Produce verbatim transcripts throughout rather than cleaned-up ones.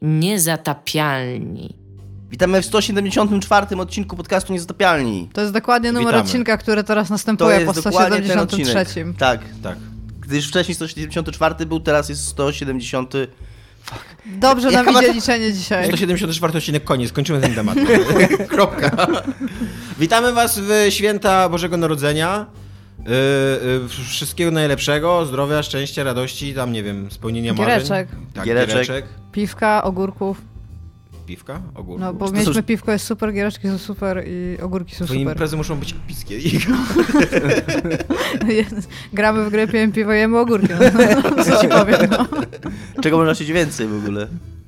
Niezatapialni. Witamy w sto siedemdziesiątym czwartym odcinku podcastu Niezatapialni. To jest dokładnie numer Witamy. odcinka, który teraz następuje po sto siedemdziesiątym trzecim. Tak, Tak. gdyż wcześniej sto siedemdziesiąty czwarty był, teraz jest sto siedemdziesiąty... Dobrze nam Jaka idzie ma- liczenie dzisiaj. sto siedemdziesiąty czwarty odcinek, koniec, kończymy ten temat. Kropka. Witamy was w święta Bożego Narodzenia. Yy, yy, wszystkiego najlepszego, zdrowia, szczęścia, radości, tam nie wiem, spełnienia marzeń. Giereczek. Tak, Giereczek. giereczek. Piwka, ogórków. Piwka, ogórków. No bo To mieliśmy są- piwko jest super, giereczki są super i ogórki są Twoje super. imprezy muszą być epickie. Gramy w grę, pijemy piwo, jemy ogórki. No, co ci powiem, no. Czego można chcieć więcej w ogóle?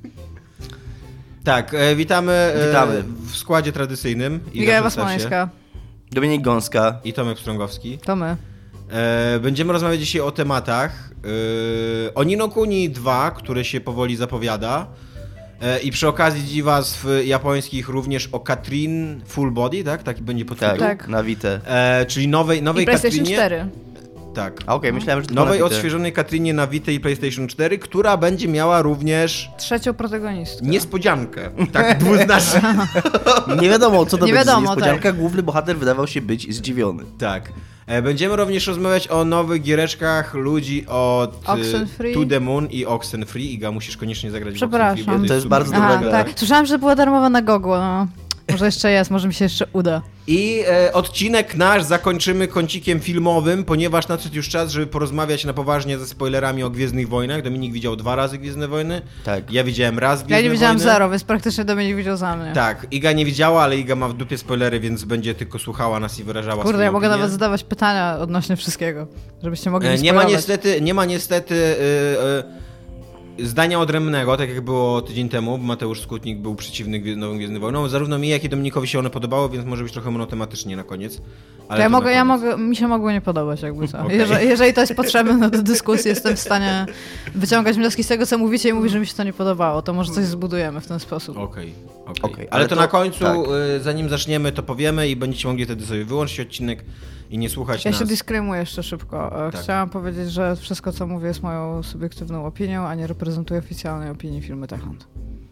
Tak, e, witamy, e, Witamy. w składzie tradycyjnym. Iga na przedstaw się. Wasmańska. Dominik Gąska. I Tomek Pstrągowski. To my. E, będziemy rozmawiać dzisiaj o tematach. E, o Ni no Kuni dwa, które się powoli zapowiada. E, I przy okazji was w japońskich również o Katrin Full Body, tak? Taki będzie podtytuł. Tak, Tak. na Witę. E, czyli nowej, nowej I PlayStation Katrinie. cztery. Tak. A okej, myślałem, że tylko Nowej, na Witę. odświeżonej Katrinie na Vita i PlayStation cztery, która będzie miała również Trzecią protagonistkę. niespodziankę. Tak, dwuznacznie. Nie wiadomo, co to Nie będzie wiadomo, niespodzianka. Główny bohater wydawał się być zdziwiony. Tak. E, Będziemy również rozmawiać o nowych giereczkach ludzi od e, Oxenfree. To The Moon i Oxenfree. Iga, musisz koniecznie zagrać w Przepraszam. Oxenfree, bo To jest super bardzo gra. dobra Aha, gra. tak. Słyszałam, że była darmowa na Gogło, no. Może jeszcze jest, może mi się jeszcze uda. I e, odcinek nasz zakończymy kącikiem filmowym, ponieważ nadszedł już czas, żeby porozmawiać na poważnie ze spoilerami o Gwiezdnych Wojnach. Dominik widział dwa razy Gwiezdne Wojny. Tak. Ja widziałem raz Gwiezdne Ja nie widziałam Wojny. zero, więc praktycznie Dominik widział za mnie. Tak, Iga nie widziała, ale Iga ma w dupie spoilery, więc będzie tylko słuchała nas i wyrażała Kurde, swoje ja mogę opinie. nawet zadawać pytania odnośnie wszystkiego, żebyście mogli E, mi Nie ma spoilować. niestety, nie ma niestety y, y, zdania odrębnego, tak jak było tydzień temu. Mateusz Skutnik był przeciwny gwie- nowym Gwiezdnym Wojnom. Zarówno mi, jak i Dominikowi się one podobały, więc może być trochę monotematycznie na koniec. Ale To ja to mogę, na ja koniec. mogę, mi się mogło nie podobać jakby co. Okej. Jeżeli, jeżeli to jest potrzebne no, do dyskusji, jestem w stanie wyciągać wnioski z tego, co mówicie i mówić, że mi się to nie podobało. To może coś zbudujemy w ten sposób. Okej, okej. Okej, ale, ale to, to- na końcu, tak. y, zanim zaczniemy, to powiemy i będziecie mogli wtedy sobie wyłączyć odcinek i nie słuchać Ja nas. się disclaimuję jeszcze szybko. E, Tak. Chciałam powiedzieć, że wszystko, co mówię, jest moją subiektywną opinią, a nie reprezentuje oficjalnej opinii firmy Techland.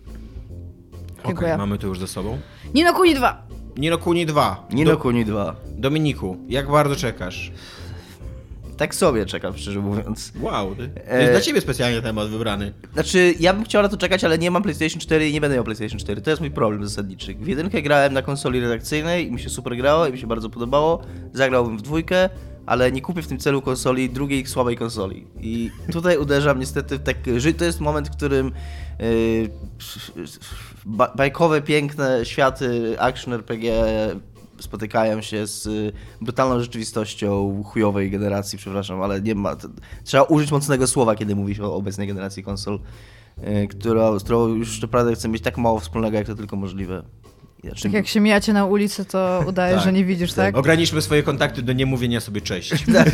Okej, Dziękuję. mamy to już ze sobą. Ni no Kuni dwa! Ni no Kuni dwa. Nie Do- no Kuni dwa. Dominiku, jak bardzo czekasz? Tak sobie czekam, szczerze mówiąc. Wow, to E- jest dla ciebie specjalnie temat wybrany. Znaczy, ja bym chciał na to czekać, ale nie mam PlayStation cztery i nie będę miał PlayStation cztery. To jest mój problem zasadniczy. W jedynkę grałem na konsoli redakcyjnej i mi się super grało i mi się bardzo podobało. Zagrałbym w dwójkę, ale nie kupię w tym celu konsoli, drugiej słabej konsoli. I tutaj uderzam niestety w tak, że to jest moment, w którym yy, ba- bajkowe, piękne światy action R P G spotykają się z y, brutalną rzeczywistością chujowej generacji, przepraszam, ale nie ma... To, trzeba użyć mocnego słowa, kiedy mówi się o obecnej generacji konsol, y, która, z którą już naprawdę chcę mieć tak mało wspólnego, jak to tylko możliwe. Znaczy, Tak jak się mijacie na ulicy, to udaje, Tak. że nie widzisz, tak? Ograniczmy swoje kontakty do niemówienia sobie cześć. tak.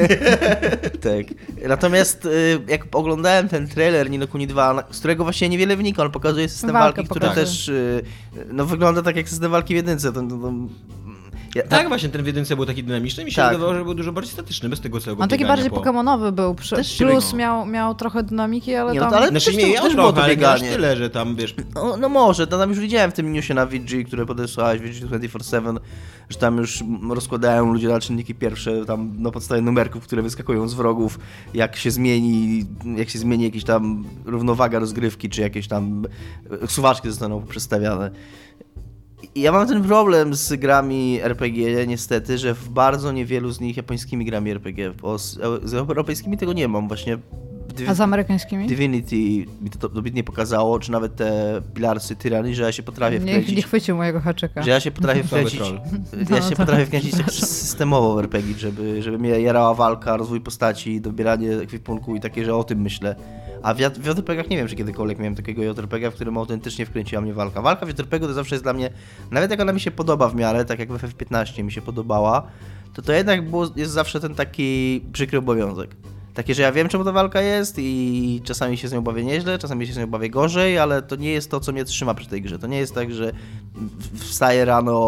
tak. Natomiast y, jak oglądałem ten trailer Ni no Kuni dwa, na- z którego właśnie niewiele wynika, on pokazuje system Walkę walki, który pokazuje. też y, no, wygląda tak jak system walki w jedynce. To, to, to, ja, Tak, właśnie ten w jedynce był taki dynamiczny, mi się Tak. wydawało, że był dużo bardziej statyczny, bez tego całego On taki biegania bardziej po... pokemonowy był, przy, Też się plus biegło. miał, miał trochę dynamiki, ale Nie, no tam... to ale- Znaczy też nie, to- ja też trochę, było to ale nie aż bieganie. tyle, że tam, wiesz... No, no może, to tam już widziałem w tym newsie na V G, które podesłałeś, V G dwadzieścia cztery siedem, że tam już m- rozkładają ludzie na czynniki pierwsze, tam na podstawie numerków, które wyskakują z wrogów, jak się zmieni, jak się zmieni jakaś tam równowaga rozgrywki, czy jakieś tam e, suwaczki zostaną przestawiane. I ja mam ten problem z grami R P G niestety, że w bardzo niewielu z nich japońskimi grami R P G, bo z, z europejskimi tego nie mam, właśnie... w- A z amerykańskimi? Divinity mi to dobitnie pokazało, czy nawet te Pilarsy Tyranii, że ja się potrafię Nie, wkręcić. nie chwycił mojego haczyka. Że ja się potrafię Słaby wkręcić. troll. Ja No, się to- potrafię wkręcić tak systemowo w R P G, żeby, żeby mnie jarała walka, rozwój postaci, dobieranie ekwipunku i takie, że o tym myślę. A w, J- w J R P G-ach nie wiem, czy kiedykolwiek miałem takiego J R P G, w którym autentycznie wkręciła mnie walka. Walka w J R P G to zawsze jest dla mnie, nawet jak ona mi się podoba w miarę, tak jak w F F piętnaście mi się podobała, to to jednak było, jest zawsze ten taki przykry obowiązek. Takie, że ja wiem, czemu ta walka jest i czasami się z nią bawię nieźle, czasami się z nią bawię gorzej, ale to nie jest to, co mnie trzyma przy tej grze. To nie jest tak, że w- wstaję rano,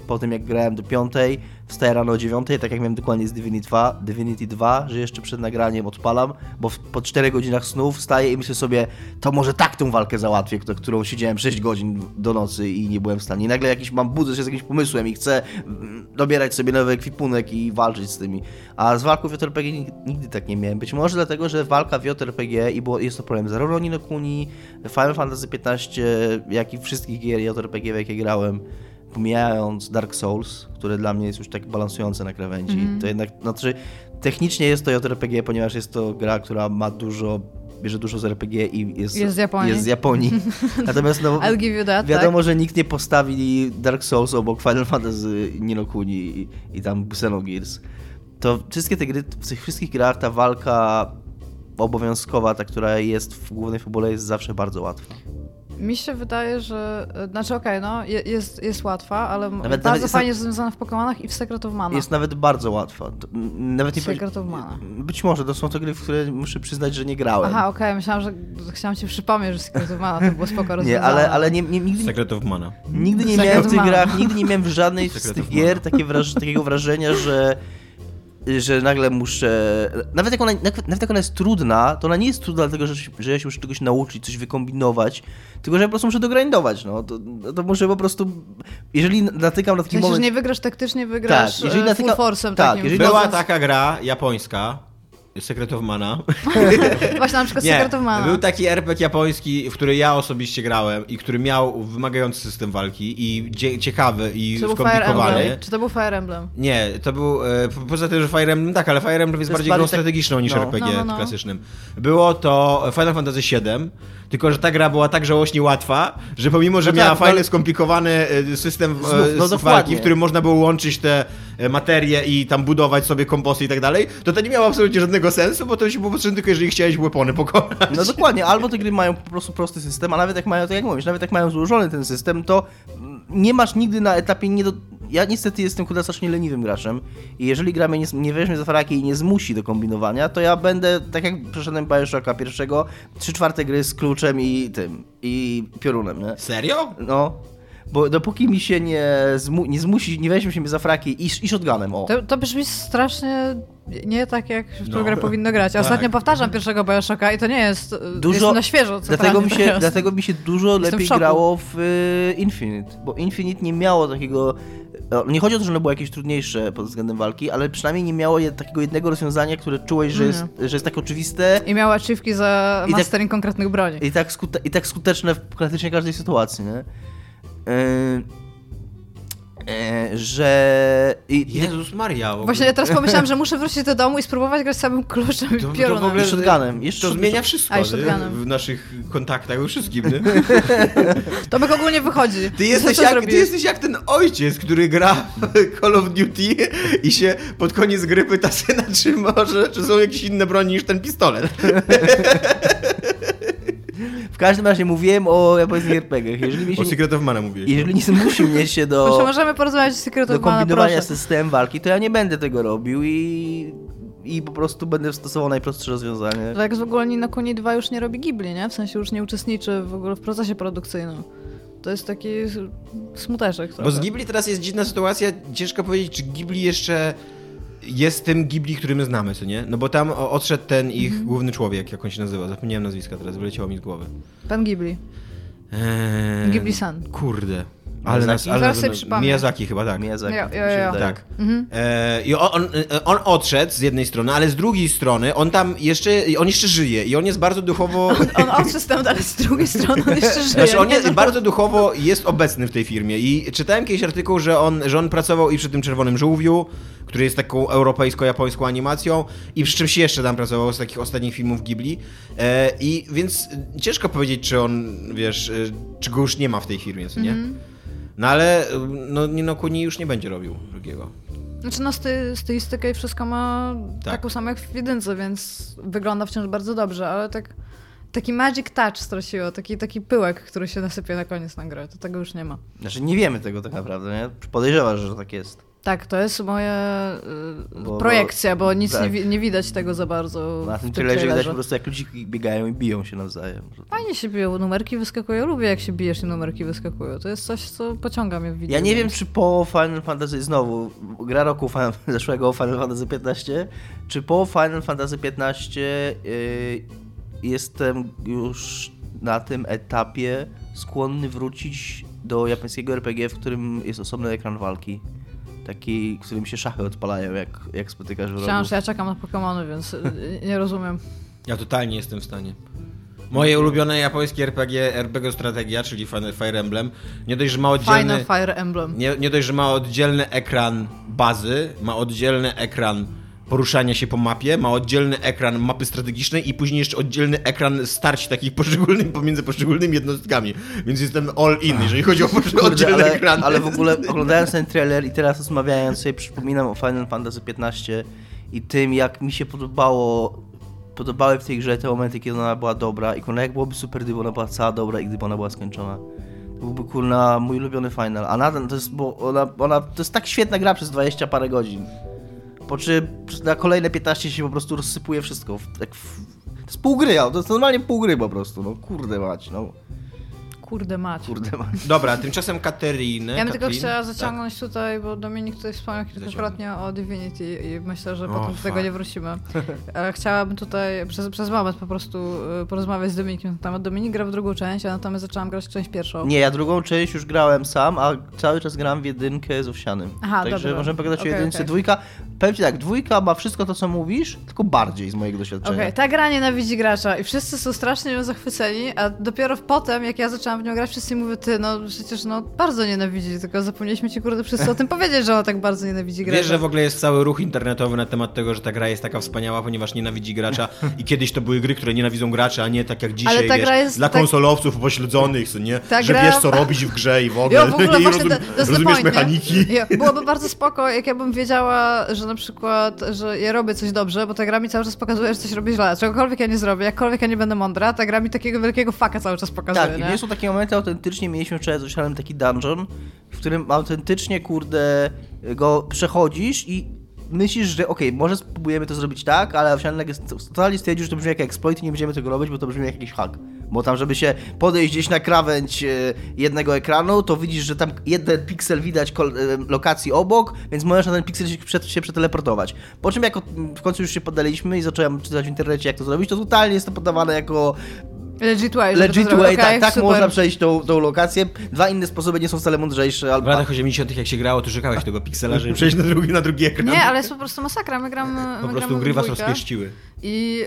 po tym jak grałem do piątej, wstaję rano o dziewiątej, tak jak miałem dokładnie z Divinity dwa, Divinity dwa, że jeszcze przed nagraniem odpalam, bo w, po czterech godzinach snu wstaję i myślę sobie, to może tak tą walkę załatwię, do którą siedziałem sześć godzin do nocy i nie byłem w stanie. I nagle jakiś mam budzę się z jakimś pomysłem i chcę dobierać sobie nowy ekwipunek i walczyć z tymi. A z walką w J R P G nigdy, nigdy tak nie miałem. Być może dlatego, że walka w J R P G i było, jest to problem zarówno Ni no Kuni, Final Fantasy piętnaście, jak i wszystkich gier J R P G, w jakie grałem, pomijając Dark Souls, które dla mnie jest już tak balansujące na krawędzi. Mm. To jednak, znaczy, technicznie jest to J R P G, ponieważ jest to gra, która ma dużo, bierze dużo z R P G i jest, jest z Japonii. Jest z Japonii. Natomiast no, I'll give you that, wiadomo, tak? że nikt nie postawi Dark Souls obok Final Fantasy, Ni no Kuni i, i tam Xenogears. To wszystkie te gry, w tych wszystkich grach ta walka obowiązkowa, ta, która jest w głównej fabule, jest zawsze bardzo łatwa. Mi się wydaje, że... Znaczy okej, okay, no, jest, jest łatwa, ale Nawet- bardzo nawet jest fajnie na- związana w Pokemonach i w Secret of Mana. Jest nawet bardzo łatwa. To, m, nawet nie Secret powie- of Mana. Być może, to są to gry, w które muszę przyznać, że nie grałem. Aha, okej, okay. Myślałam, że chciałam ci przypomnieć, że Secret of Mana to było spoko rozwiązane. Nie, ale, ale nie, nie, nigdy, Secret of Mana. nigdy nie Secret miałem w of tych Mana. grach, nigdy nie miałem w żadnej z Secret tych of gier Mana. takie wraż, takiego wrażenia, że że nagle muszę... Nawet jak, ona, nawet, nawet jak ona jest trudna, to ona nie jest trudna dlatego, że, że ja się muszę czegoś nauczyć, coś wykombinować, tylko że ja po prostu muszę dogrindować, no. To, to muszę po prostu... Jeżeli natykam na W taki sensie, moment... że nie wygrasz taktycznie, wygrasz Tak, jeżeli e, natyka- full force'em tak, takim. jeżeli Była Była taka gra japońska, Secret of Mana. Właśnie na przykład Nie, Secret of Mana. był taki er pe gie japoński, w który ja osobiście grałem i który miał wymagający system walki i dzie- ciekawy i Czy to był Fire skomplikowany. Emblem? Czy to był Fire Emblem? Nie, to był, e, po- poza tym, że Fire Emblem, tak, ale Fire Emblem jest jest bardziej bardziej grą tak- strategiczną niż no. er pe gie No, no, no. klasycznym. Było to Final Fantasy siedem, tylko że ta gra była tak żałośnie łatwa, że pomimo, że No miała tak, fajny, ale- skomplikowany e, system e, Znów, no z walki, dokładnie. w którym można było łączyć te e, materie i tam budować sobie komposy i tak dalej, to to nie miało absolutnie żadnego sensu, bo to się było potrzebne tylko, jeżeli chciałeś weapony pokonać. No dokładnie, albo te gry mają po prostu prosty system, a nawet jak mają, tak jak mówisz, nawet jak mają złożony ten system, to nie masz nigdy na etapie nie do... Ja niestety jestem chyba strasznie leniwym graczem i jeżeli gra mnie nie, nie weźmie za fraki i nie zmusi do kombinowania, to ja będę, tak jak przeszedłem Bioshocka pierwszego, trzy czwarte gry z kluczem i tym, i piorunem, nie? Serio? No, bo dopóki mi się nie, zmu, nie zmusi, nie weźmie się mnie za fraki i, i shotgunem, o. To, to brzmi strasznie nie tak, jak w tą No. grę powinno grać. Ja Tak. ostatnio powtarzam pierwszego Bioshocka i to nie jest... Dużo- Dużo, na świeżo, co Dlatego mi, się, teraz. dlatego mi się dużo Jestem lepiej w szoku. grało w y, Infinite, bo Infinite nie miało takiego... o, Nie chodzi o to, że ono było jakieś trudniejsze pod względem walki, ale przynajmniej nie miało je, takiego jednego rozwiązania, które czułeś, że, jest, że jest tak oczywiste I miała achievki za I tak- mastering konkretnych broni. i tak, skute, i tak skuteczne w praktycznie każdej sytuacji, nie? Yy, yy, że... I, Jezus Maria. w ogóle. Właśnie ja teraz pomyślałam, że muszę wrócić do domu i spróbować grać samym kluczem To- i to piorunem. w ogóle- I shotgunem. Jeszcze To shot- zmienia wszystko A, i nie? shotgunem. w naszych kontaktach, we wszystkim. Nie? To by ogólnie wychodzi. Ty jesteś, Co jak, ty zrobiłeś? jesteś jak ten ojciec, który gra w Call of Duty i się pod koniec gry pyta syna, czy może, czy są jakieś inne broni niż ten pistolet. W każdym razie mówiłem o japońskich er pe gie. Jeżeli, mi się, O Secret of Mana mówiłeś. jeżeli nie zmusi mnie się do... Proszę, możemy porozmawiać o Secret do of Mana, kombinowania proszę. systemem walki, to ja nie będę tego robił i, i po prostu będę stosował najprostsze rozwiązanie. Tak w ogóle Ni no Kuni dwa już nie robi Ghibli, nie? W sensie już nie uczestniczy w ogóle w procesie produkcyjnym. To jest taki smuteczek trochę. Bo z Ghibli teraz jest dziwna sytuacja, ciężko powiedzieć, czy Ghibli jeszcze jest tym Ghibli, który my znamy, co nie? No bo tam o- odszedł ten ich Mhm. główny człowiek, jak on się nazywa, zapomniałem nazwiska teraz, wyleciało mi z głowy. Pan Ghibli. Eee, Ghibli-san. Kurde. Ale nas, Miyazaki? ale Zaraz nas, sobie przypomnę. Miyazaki chyba, tak. Miyazaki, Ja- mi ja- się ja. wydaje. Tak. Mhm. E, I on, on, on odszedł z jednej strony, ale z drugiej strony on tam jeszcze, on jeszcze żyje i on jest bardzo duchowo... On odszedł tam, ale z drugiej strony on jeszcze żyje. Znaczy on nie? jest, bardzo duchowo jest obecny w tej firmie i czytałem kiedyś artykuł, że on, że on pracował i przy tym Czerwonym Żółwiu, który jest taką europejsko-japońską animacją i przy czymś jeszcze tam pracował z takich ostatnich filmów Ghibli e, i więc ciężko powiedzieć, czy on, wiesz, e, czy go już nie ma w tej firmie, co nie? Mhm. No ale no, Ni no Kuni już nie będzie robił drugiego. Znaczy no sty, stylistykę i wszystko ma Tak. taką samą jak w jedynce, więc wygląda wciąż bardzo dobrze, ale tak taki magic touch straciło, taki, taki pyłek, który się nasypie na koniec na grę, to tego już nie ma. Znaczy nie wiemy tego tak naprawdę, nie? Podejrzewasz, że tak jest. Tak, to jest moja y, Bo- projekcja, bo nic tak. nie, wi- nie widać tego za bardzo Na w tym tym trailerze widać trailerze. po prostu jak ludziki biegają i biją się nawzajem. Fajnie się biją, numerki wyskakują. Lubię jak się bijesz i numerki wyskakują. To jest coś, co pociąga mnie w wideo. Ja nie wiem, czy po Final Fantasy, znowu, gra roku Final, zeszłego Final Fantasy piętnaście, czy po Final Fantasy piętnaście yy, jestem już na tym etapie skłonny wrócić do japońskiego er pe gie, w którym jest osobny ekran walki. Taki, w którym się szachy odpalają, jak, jak spotykasz wrogów. Wciąż ja czekam na Pokemony, więc y, nie rozumiem. Ja totalnie jestem w stanie. Moje ulubione japońskie er pe gie, er pe gie strategia, czyli Fire Emblem, nie dość, że ma oddzielny... Final Fire Emblem. Nie, nie dość, że ma oddzielny ekran bazy, ma oddzielny ekran poruszania się po mapie, ma oddzielny ekran mapy strategicznej i później jeszcze oddzielny ekran starć takich poszczególnych pomiędzy poszczególnymi jednostkami. Więc jestem all in, jeżeli chodzi o Kurde, oddzielny ale, ekran. ale w ogóle oglądając ten trailer i teraz rozmawiając sobie przypominam o Final Fantasy piętnaście i tym, jak mi się podobało podobały w tej grze te momenty, kiedy ona była dobra i kurna, jak byłoby super, gdyby ona była cała dobra i gdyby ona była skończona. To byłby kurna mój ulubiony final, a nadal to jest, bo ona, ona, to jest tak świetna gra przez dwadzieścia parę godzin. Po czym na kolejne piętnaście się po prostu rozsypuje wszystko. W, tak w, to jest pół gry, to jest normalnie pół gry po prostu, no kurde mać, no Kurde mać. kurde mać. Dobra, tymczasem Kateriny. Ja bym tylko Katlin, chciała tak. zaciągnąć tutaj, bo Dominik tutaj wspomniał kilkakrotnie o Divinity i myślę, że O, potem do tego fuck. nie wrócimy. Ale chciałabym tutaj przez, przez moment po prostu y, porozmawiać z Dominikiem na temat. Dominik gra w drugą część, a natomiast zaczęłam grać w część pierwszą. Nie, ja drugą część już grałem sam, a cały czas gram w jedynkę z Owsianym. Aha, Także dobra. możemy pogadać Okej, o jedynce. okej. Dwójka, powiem ci tak, dwójka ma wszystko to, co mówisz, tylko bardziej z mojego doświadczenia. Okej, ta gra nienawidzi gracza i wszyscy są strasznie nią zachwyceni, a dopiero potem, jak ja zaczęłam w nią grać, wszyscy mówią, ty, no przecież no bardzo nienawidzi, tylko zapomnieliśmy ci kurde wszyscy o tym powiedzieć, że ona tak bardzo nienawidzi gracza. Wiesz, że w ogóle jest cały ruch internetowy na temat tego, że ta gra jest taka wspaniała, ponieważ nienawidzi gracza i kiedyś to były gry, które nienawidzą gracza, a nie tak jak dzisiaj, Ale ta wiesz, gra jest dla tak- konsolowców upośledzonych, co nie? Ta że gra- wiesz, co robić w grze i w ogóle, Jo, w ogóle i właśnie rozum, to, to jest the rozumiesz point, nie? mechaniki. Ja, byłoby bardzo spoko, jak ja bym wiedziała, że na przykład, że ja robię coś dobrze, bo ta gra mi cały czas pokazuje, że coś robię źle. Czegokolwiek ja nie zrobię, jakkolwiek ja nie będę mądra, ta gra mi takiego wielkiego faka cały czas pokazuje, Tak, i nie? nie są takie momenty, autentycznie mieliśmy wczoraj z Owsianem taki dungeon, w którym autentycznie, kurde, go przechodzisz i myślisz, że okej, może spróbujemy to zrobić tak, ale Owsianek jest totalnie stwierdził, że to brzmi jak exploit i nie będziemy tego robić, bo to brzmi jak jakiś hack. Bo tam, żeby się podejść gdzieś na krawędź e, jednego ekranu, to widzisz, że tam jeden piksel widać kol- e, lokacji obok, więc możesz na ten piksel się, przed, się przeteleportować. Po czym jak od, w końcu już się poddaliśmy i zacząłem czytać w internecie, jak to zrobić, to totalnie jest to podawane jako Legit way, żeby legit to zrobić. way, Okej, tak, tak super. można przejść tą, tą lokację. Dwa inne sposoby nie są wcale mądrzejsze, W albo... latach osiemdziesiątych jak się grało, to szukałeś tego piksela, żeby przejść na drugi, na drugi ekran. Nie, ale jest po prostu masakra, my gramy Po my prostu gramy gry w was dwójkę. rozpieściły. I,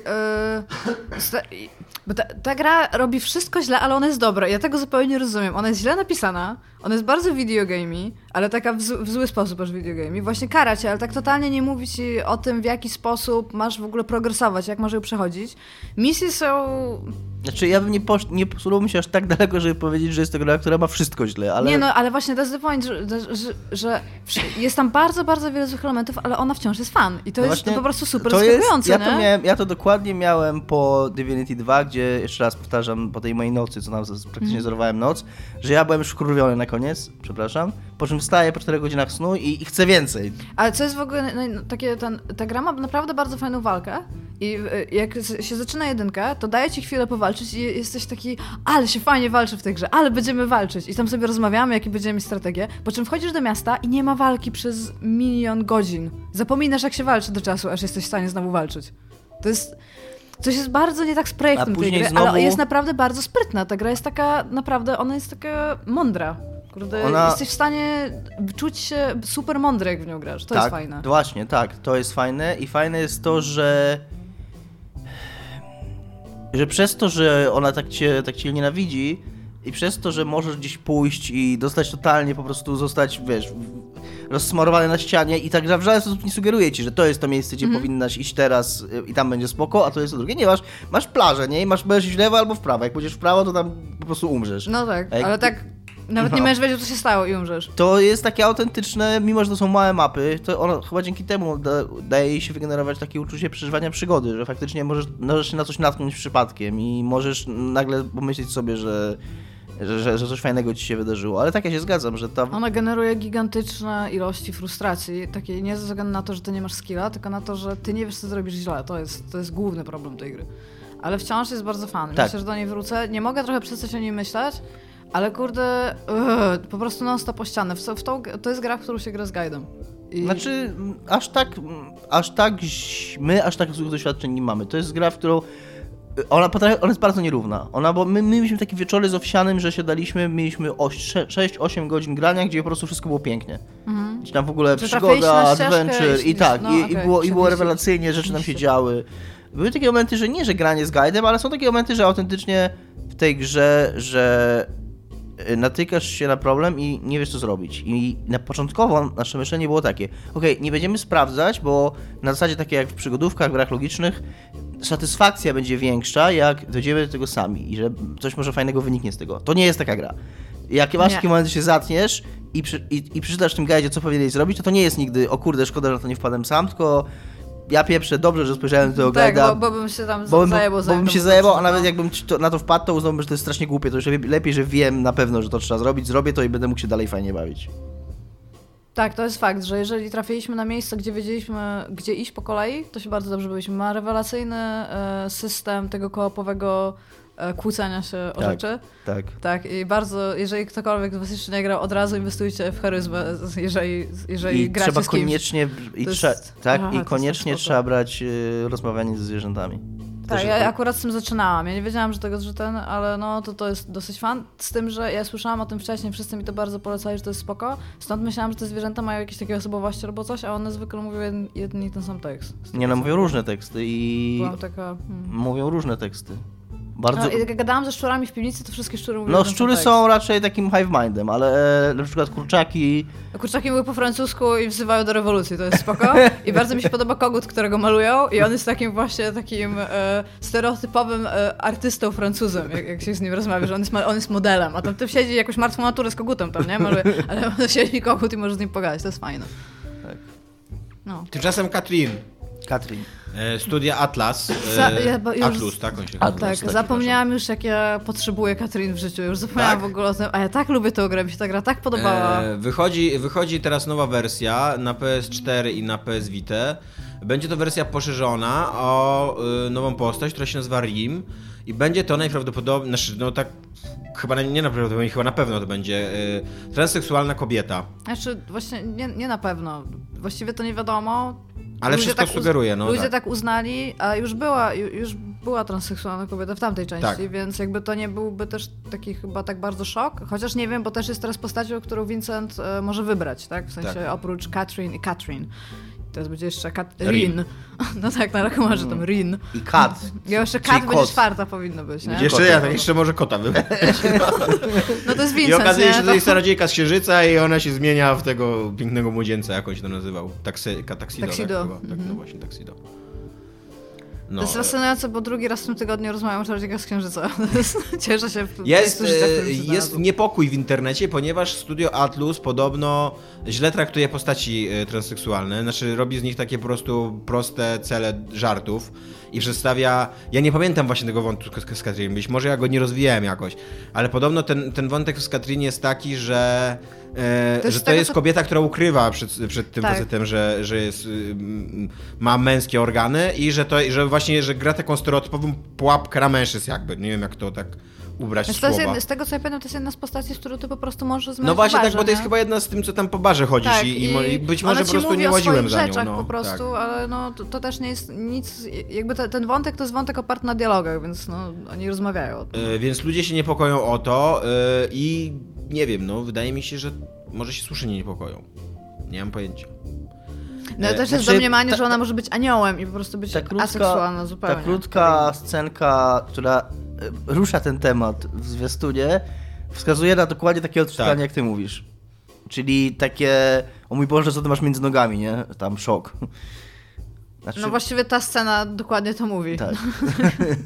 yy, sta- i bo ta, ta gra robi wszystko źle, ale ona jest dobra. Ja tego zupełnie nie rozumiem. Ona jest źle napisana, ona jest bardzo videogamey, ale taka w, z- w zły sposób aż videogamey. Właśnie kara cię, ale tak totalnie nie mówi ci o tym, w jaki sposób masz w ogóle progresować, jak masz ją przechodzić. Misje są... Znaczy, ja bym nie, posz... nie posunąłbym się aż tak daleko, żeby powiedzieć, że jest to gra, która ma wszystko źle, ale... Nie no, ale właśnie to jest the point, że, że, że, że jest tam bardzo, bardzo wiele złych elementów, ale ona wciąż jest fan. I to No jest właśnie, to po prostu super to jest, zaskakujące, ja nie? to miałem, ja to dokładnie miałem po Divinity dwa, gdzie, jeszcze raz powtarzam, po tej mojej nocy, co nam z- praktycznie Mhm. zerwałem noc, że ja byłem już wkurwiony na koniec, przepraszam, po czym wstaję po czterech godzinach snu i, i chcę więcej. Ale co jest w ogóle, no, no, takie, ten, ta gra ma naprawdę bardzo fajną walkę i y, jak z- się zaczyna jedynkę, to daje ci chwilę powalczyć i jesteś taki, ale się fajnie walczy w tej grze, ale będziemy walczyć. I tam sobie rozmawiamy, jakie będziemy mieć strategię, po czym wchodzisz do miasta i nie ma walki przez milion godzin. Zapominasz, jak się walczy do czasu, aż jesteś w stanie znowu walczyć. To jest... Coś jest bardzo nie tak z projektem A tej później gry, znowu- ale jest naprawdę bardzo sprytna. Ta gra jest taka, naprawdę, ona jest taka mądra. Kurde, Ona- jesteś w stanie czuć się super mądry, jak w nią grasz. To tak, jest fajne. Właśnie, tak, to jest fajne i fajne jest to, że że przez to, że ona tak cię, tak cię nienawidzi i przez to, że możesz gdzieś pójść i dostać totalnie, po prostu zostać, wiesz, rozsmarowany na ścianie i tak gra w żaden sposób nie sugeruje ci, że to jest to miejsce, gdzie Mhm. powinnaś iść teraz y, i tam będzie spoko, a to jest to drugie. Nie, masz, masz plażę, nie? I masz, będziesz iść w lewo albo w prawo. Jak pójdziesz w prawo, to tam po prostu umrzesz. No tak, A jak- ale tak nawet nie No. będziesz wiedział, co się stało i umrzesz. To jest takie autentyczne, mimo że to są małe mapy, to ono chyba dzięki temu da, daje jej się wygenerować takie uczucie przeżywania przygody, że faktycznie możesz, możesz się na coś natknąć przypadkiem i możesz nagle pomyśleć sobie, że że, że, że coś fajnego ci się wydarzyło, ale tak ja się zgadzam, że ta... Ona generuje gigantyczne ilości frustracji, takiej nie ze względu na to, że ty nie masz skilla, tylko na to, że ty nie wiesz, co zrobisz źle. To jest, to jest główny problem tej gry. Ale wciąż jest bardzo fan. Tak. Myślę, że do niej wrócę. Nie mogę trochę przestać o niej myśleć, ale kurde, ugh, po prostu non-stop o ścianę. W, w tą, to jest gra, w którą się gra z guidem. I... Znaczy, aż tak, aż tak, my aż tak złych doświadczeń nie mamy. To jest gra, w którą ona, potrafi, ona jest bardzo nierówna. Ona, bo my, my mieliśmy takie wieczory z Owsianym, że siadaliśmy, mieliśmy sześć osiem godzin grania, gdzie po prostu wszystko było pięknie. Mhm. Gdzie tam w ogóle Czy przygoda, adventure i, i tak, no, i, okay, i, było, i było rewelacyjnie, rzeczy nam się działy. Były takie momenty, że nie, że granie z guidem, ale są takie momenty, że autentycznie w tej grze, że natykasz się na problem i nie wiesz, co zrobić. I na początkowo nasze myślenie było takie, okej, okay, nie będziemy sprawdzać, bo na zasadzie takie jak w przygodówkach, w grach logicznych, satysfakcja będzie większa, jak dojdziemy do tego sami i że coś może fajnego wyniknie z tego. To nie jest taka gra. Jak masz taki moment, że się zatniesz i, przy, i, i przeczytasz w tym guidzie, co powinieneś zrobić, to to nie jest nigdy, o kurde, szkoda, że to nie wpadłem sam, tylko ja pieprzę, dobrze, że spojrzałem do tego tak, guide'a. bo, bo bym się tam bo, zajebał. Bo bym się zajebał, a nawet jakbym to, na to wpadł, to uznałbym, że to jest strasznie głupie. To już lepiej, że wiem na pewno, że to trzeba zrobić, zrobię to i będę mógł się dalej fajnie bawić. Tak, to jest fakt, że jeżeli trafiliśmy na miejsce, gdzie wiedzieliśmy, gdzie iść po kolei, to się bardzo dobrze byliśmy. Ma rewelacyjny e, system tego koopowego e, kłócenia się o tak, rzeczy. Tak. Tak, i bardzo, jeżeli ktokolwiek z was jeszcze nie grał, od razu inwestujcie w charyzmę, jeżeli, jeżeli I gracie trzeba z kimś. koniecznie, i, jest, trze, tak, aha, i koniecznie jest trzeba brać y, rozmawianie ze zwierzętami. Tak, Też ja jest... akurat z tym zaczynałam. Ja nie wiedziałam, że tego, że ten, ale no to to jest dosyć fan. Z tym, że ja słyszałam o tym wcześniej, wszyscy mi to bardzo polecali, że to jest spoko. Stąd myślałam, że te zwierzęta mają jakieś takie osobowości albo coś, a one zwykle mówią jeden, jeden i ten sam tekst. Nie, no mówią różne teksty i... Byłam taka... Hmm. Mówią różne teksty. Bardzo... No, jak gadałam ze szczurami w piwnicy, to wszystkie szczury mówią No ten szczury sam są raczej takim hive mindem, ale na przykład kurczaki... Kurczaki mówią po francusku i wzywają do rewolucji, to jest spoko. I bardzo mi się podoba kogut, którego malują i on jest takim właśnie takim e, stereotypowym e, artystą Francuzem, jak, jak się z nim rozmawia, że on jest, on jest modelem, a tam ty siedzi jakąś martwą naturę z kogutem tam, nie? Maluje, ale on siedzi kogut i może z nim pogadać, to jest fajne. Tak. No. Tymczasem Katrin. Katrin. E, studia Atlas. E, Za, ja, już, Atlus, tak? On się Atlas, tak, tak, zapomniałam już, jak ja potrzebuję Katrin w życiu. Już zapomniałam Tak? w ogóle o tym, a ja tak lubię tę grę, mi się ta gra tak podobała. E, wychodzi, wychodzi teraz nowa wersja na P S cztery i na P S Vita. Będzie to wersja poszerzona o y, nową postać, która się nazywa Rim. I będzie to najprawdopodobniej, znaczy, no tak, chyba nie najprawdopodobniej, chyba na pewno to będzie y, transseksualna kobieta. Znaczy, właśnie nie, nie na pewno. Właściwie to nie wiadomo. Ale Ludzie wszystko tak sugeruje, no Ludzie tak. tak uznali, a już była, już była transseksualna kobieta w tamtej części, Tak. więc jakby to nie byłby też taki chyba tak bardzo szok. Chociaż nie wiem, bo też jest teraz postacią, którą Vincent e, może wybrać, tak? W sensie Tak. oprócz Katrin i Katrin. Teraz będzie jeszcze Kat- Rin. Rin. No tak, na raku masz tam Rin. I kat. Ja jeszcze Czyli Kat będzie kot. czwarta powinno być, nie? Jeszcze, ja, tak jeszcze może kota wybrać. No to jest I Vincent, okazuje się, nie? że to jest czarodziejka z Księżyca i ona się zmienia w tego pięknego młodzieńca, jak on się to nazywał. Taksy, taksido, Taxido. Tak, chyba. Tak, no właśnie, Taxido. No, To jest fascynujące, bo drugi raz w tym tygodniu rozmawiam o czarodziejkach z Księżyca. Cieszę się w Jest, miejscu życia, w e, którym się jest znalazłam. niepokój w internecie, ponieważ studio Atlus podobno źle traktuje postaci e, transseksualne, znaczy robi z nich takie po prostu proste cele żartów i przedstawia, ja nie pamiętam właśnie tego wątku z, z Katrin, być może ja go nie rozwijałem jakoś, ale podobno ten, ten wątek z Katrin jest taki, że e, To jest że to tego, jest co- kobieta, która ukrywa przed, przed tym Tak. facetem, że, że jest, y, m, ma męskie organy i że to, że właśnie, że gra taką stereotypową pułapkę na mężczyzn jakby, nie wiem jak to tak ubrać w Znaczy, to jest słowa. jedna, z tego co ja pamiętam, to jest jedna z postaci, z którą ty po prostu możesz zmieniać No właśnie w barze, tak, bo to jest nie? chyba jedna z tym, co tam po barze chodzisz Tak, i, i, mo- i być może ona po ci prostu mówi nie o łaziłem swoich za nią. rzeczach No, po prostu, tak. ale no to, to też nie jest nic, jakby te, ten wątek to jest wątek oparty na dialogach, więc no oni rozmawiają o tym. E, więc ludzie się niepokoją o to e, i nie wiem, no wydaje mi się, że może się słusznie niepokoją. Nie mam pojęcia. No e, też jest znaczy, domniemanie, ta- że ona może być aniołem i po prostu być Ta krótka, aseksualna zupełnie. ta krótka scenka, która e, rusza ten temat w zwiastunie, wskazuje na dokładnie takie odczytanie, Tak. jak ty mówisz. Czyli takie, o mój Boże, co ty masz między nogami, nie? Tam szok. Znaczy, No właściwie ta scena dokładnie to mówi. tak.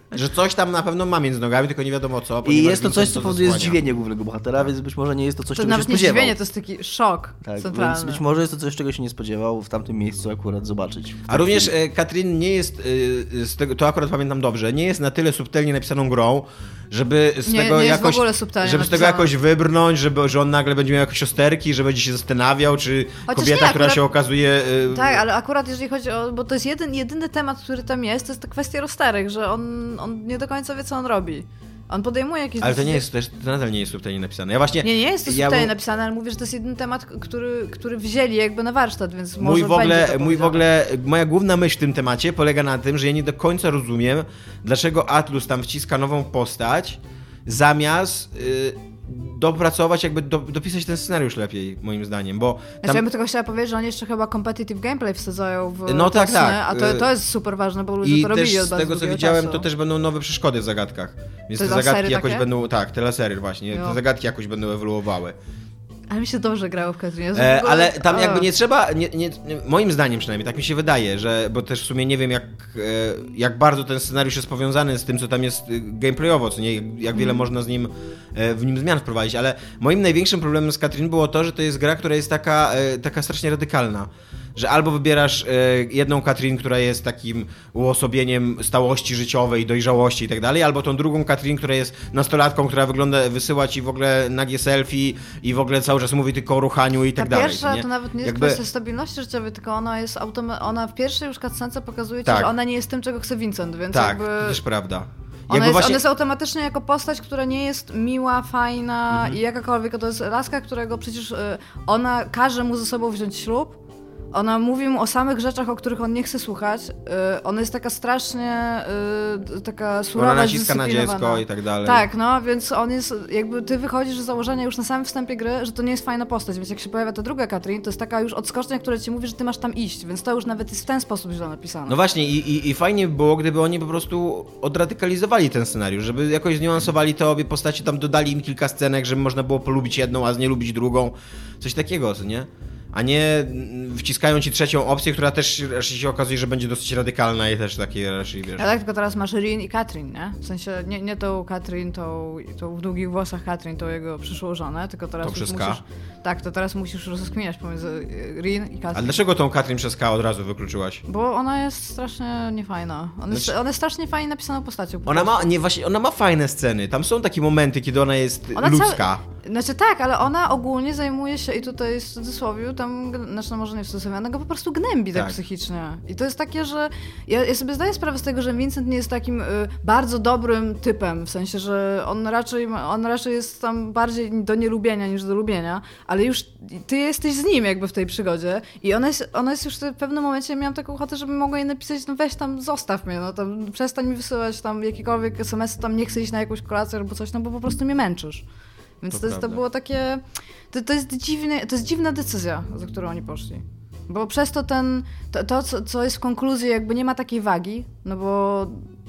Że coś tam na pewno ma między nogami, tylko nie wiadomo co. I jest to Vincent coś, co to powoduje zasłania. zdziwienie głównego bohatera, więc być może nie jest to coś, To czego się nawet nie spodziewał. zdziwienie, to jest taki szok Tak, centralny. więc być może jest to coś, czego się nie spodziewał w tamtym miejscu akurat zobaczyć. A również e, Katrin nie jest, e, z tego, to akurat pamiętam dobrze, nie jest na tyle subtelnie napisaną grą, żeby z Nie- tego nie jest w jakoś, ogóle subtelnie żeby z tego napisana. jakoś wybrnąć, żeby, że on nagle będzie miał jakieś osterki, że będzie się zastanawiał, czy Chociaż kobieta, nie, która akurat- się okazuje... e, Tak, ale akurat jeżeli chodzi o... Bo to jest jeden, jedyny temat, który tam jest, to jest ta kwestia rozterek, że on, on nie do końca wie, co on robi. On podejmuje jakieś Ale to nie decyzje. jest, to nadal nie jest subtelnie napisane. Ja właśnie... Nie, nie jest to ja subtelnie mu- napisane, ale mówię, że to jest jedyny temat, który, który wzięli jakby na warsztat, więc Mój może w, ogóle, będzie to mój w powiedziane. ogóle, moja główna myśl w tym temacie polega na tym, że ja nie do końca rozumiem, dlaczego Atlus tam wciska nową postać, zamiast y, dopracować, jakby do, dopisać ten scenariusz lepiej, moim zdaniem, bo Znaczy, tam... ja bym tylko chciała powiedzieć, że oni jeszcze chyba competitive gameplay wsadzają w No tak, te tak. sny, a to, to jest super ważne, bo ludzie I to robili też od z bardzo tego, co długiego widziałem, czasu. to też będą nowe przeszkody w zagadkach. Więc To te za zagadki sery jakoś takie? będą, tak, telesery właśnie, Jo. te zagadki jakoś będą ewoluowały. Ale mi się dobrze grało w Katrinie. E, ale tam jakby nie trzeba, nie, nie, moim zdaniem przynajmniej, tak mi się wydaje, że, bo też w sumie nie wiem jak, e, jak bardzo ten scenariusz jest powiązany z tym, co tam jest e, gameplayowo, co nie, jak, jak wiele można z nim, e, w nim zmian wprowadzić, ale moim największym problemem z Katrin było to, że to jest gra, która jest taka, e, taka strasznie radykalna. Że albo wybierasz e, jedną Katrin, która jest takim uosobieniem stałości życiowej, dojrzałości i tak dalej, albo tą drugą Katrin, która jest nastolatką, która wygląda, wysyła ci w ogóle nagie selfie i w ogóle cały czas mówi tylko o ruchaniu i tak Ta dalej. pierwsza nie? to nawet nie jest Jakby- kwestia stabilności życiowej, tylko ona jest automa- ona w pierwszej już cutscence pokazuje ci, Tak. że ona nie jest tym, czego chce Vincent, więc Tak, jakby... to też prawda. Ona Jakby jest, właśnie- ona jest automatycznie jako postać, która nie jest miła, fajna Mhm. i jakakolwiek. To jest laska, którego przecież y, ona każe mu ze sobą wziąć ślub. Ona mówi mu o samych rzeczach, o których on nie chce słuchać. Y, ona jest taka strasznie y, taka surowa, Ona naciska na zdyscyplinowana. dziecko i tak dalej. Tak, no, więc on jest, jakby ty wychodzisz z założenia już na samym wstępie gry, że to nie jest fajna postać, więc jak się pojawia ta druga Katrin, to jest taka już odskocznia, która ci mówi, że ty masz tam iść, więc to już nawet jest w ten sposób źle napisane. No właśnie i, i, i fajnie by było, gdyby oni po prostu odradykalizowali ten scenariusz, żeby jakoś zniuansowali te obie postacie, tam dodali im kilka scenek, żeby można było polubić jedną, a nie lubić drugą. Coś takiego, co nie? A nie mm, wciskają ci trzecią opcję, która też raczej się okazuje, że będzie dosyć radykalna i też takie raczej, wiesz... Ja tak, tylko teraz masz Rin i Katrin, nie? W sensie nie, nie tą Katrin, tą, tą w długich włosach Katrin, tą jego przyszłą żonę, tylko teraz Tą już przez K? musisz... Tak, to teraz musisz rozkminiać pomiędzy y, Rin i A Katrin. dlaczego tą Katrin przez K od razu wykluczyłaś? Bo ona jest strasznie niefajna. Ona jest, Znaczy- ona jest strasznie fajnie napisaną postacią. po Ona prostu. ma, nie, właśnie, ona ma fajne sceny, tam są takie momenty, kiedy ona jest Ona ludzka. Cały, znaczy tak, ale ona ogólnie zajmuje się, i tutaj jest w cudzysłowie, tam, g- znaczy no może nie w cudzysłowie, ona go po prostu gnębi tak, Tak. psychicznie. I to jest takie, że ja, ja sobie zdaję sprawę z tego, że Vincent nie jest takim y, bardzo dobrym typem, w sensie, że on raczej, ma- on raczej jest tam bardziej do nielubienia niż do lubienia, ale już ty jesteś z nim jakby w tej przygodzie i ona jest, ona jest już w pewnym momencie, miałam taką ochotę, żeby mogła jej napisać, no weź tam, zostaw mnie, no tam przestań mi wysyłać tam jakiekolwiek es em esy, tam nie chcę iść na jakąś kolację albo coś, no bo po prostu mnie męczysz. Więc To to, jest, to prawda. było takie. To, to, jest dziwne, to jest dziwna decyzja, za którą oni poszli. Bo przez to ten. To, to co, co jest w konkluzji, jakby nie ma takiej wagi, no bo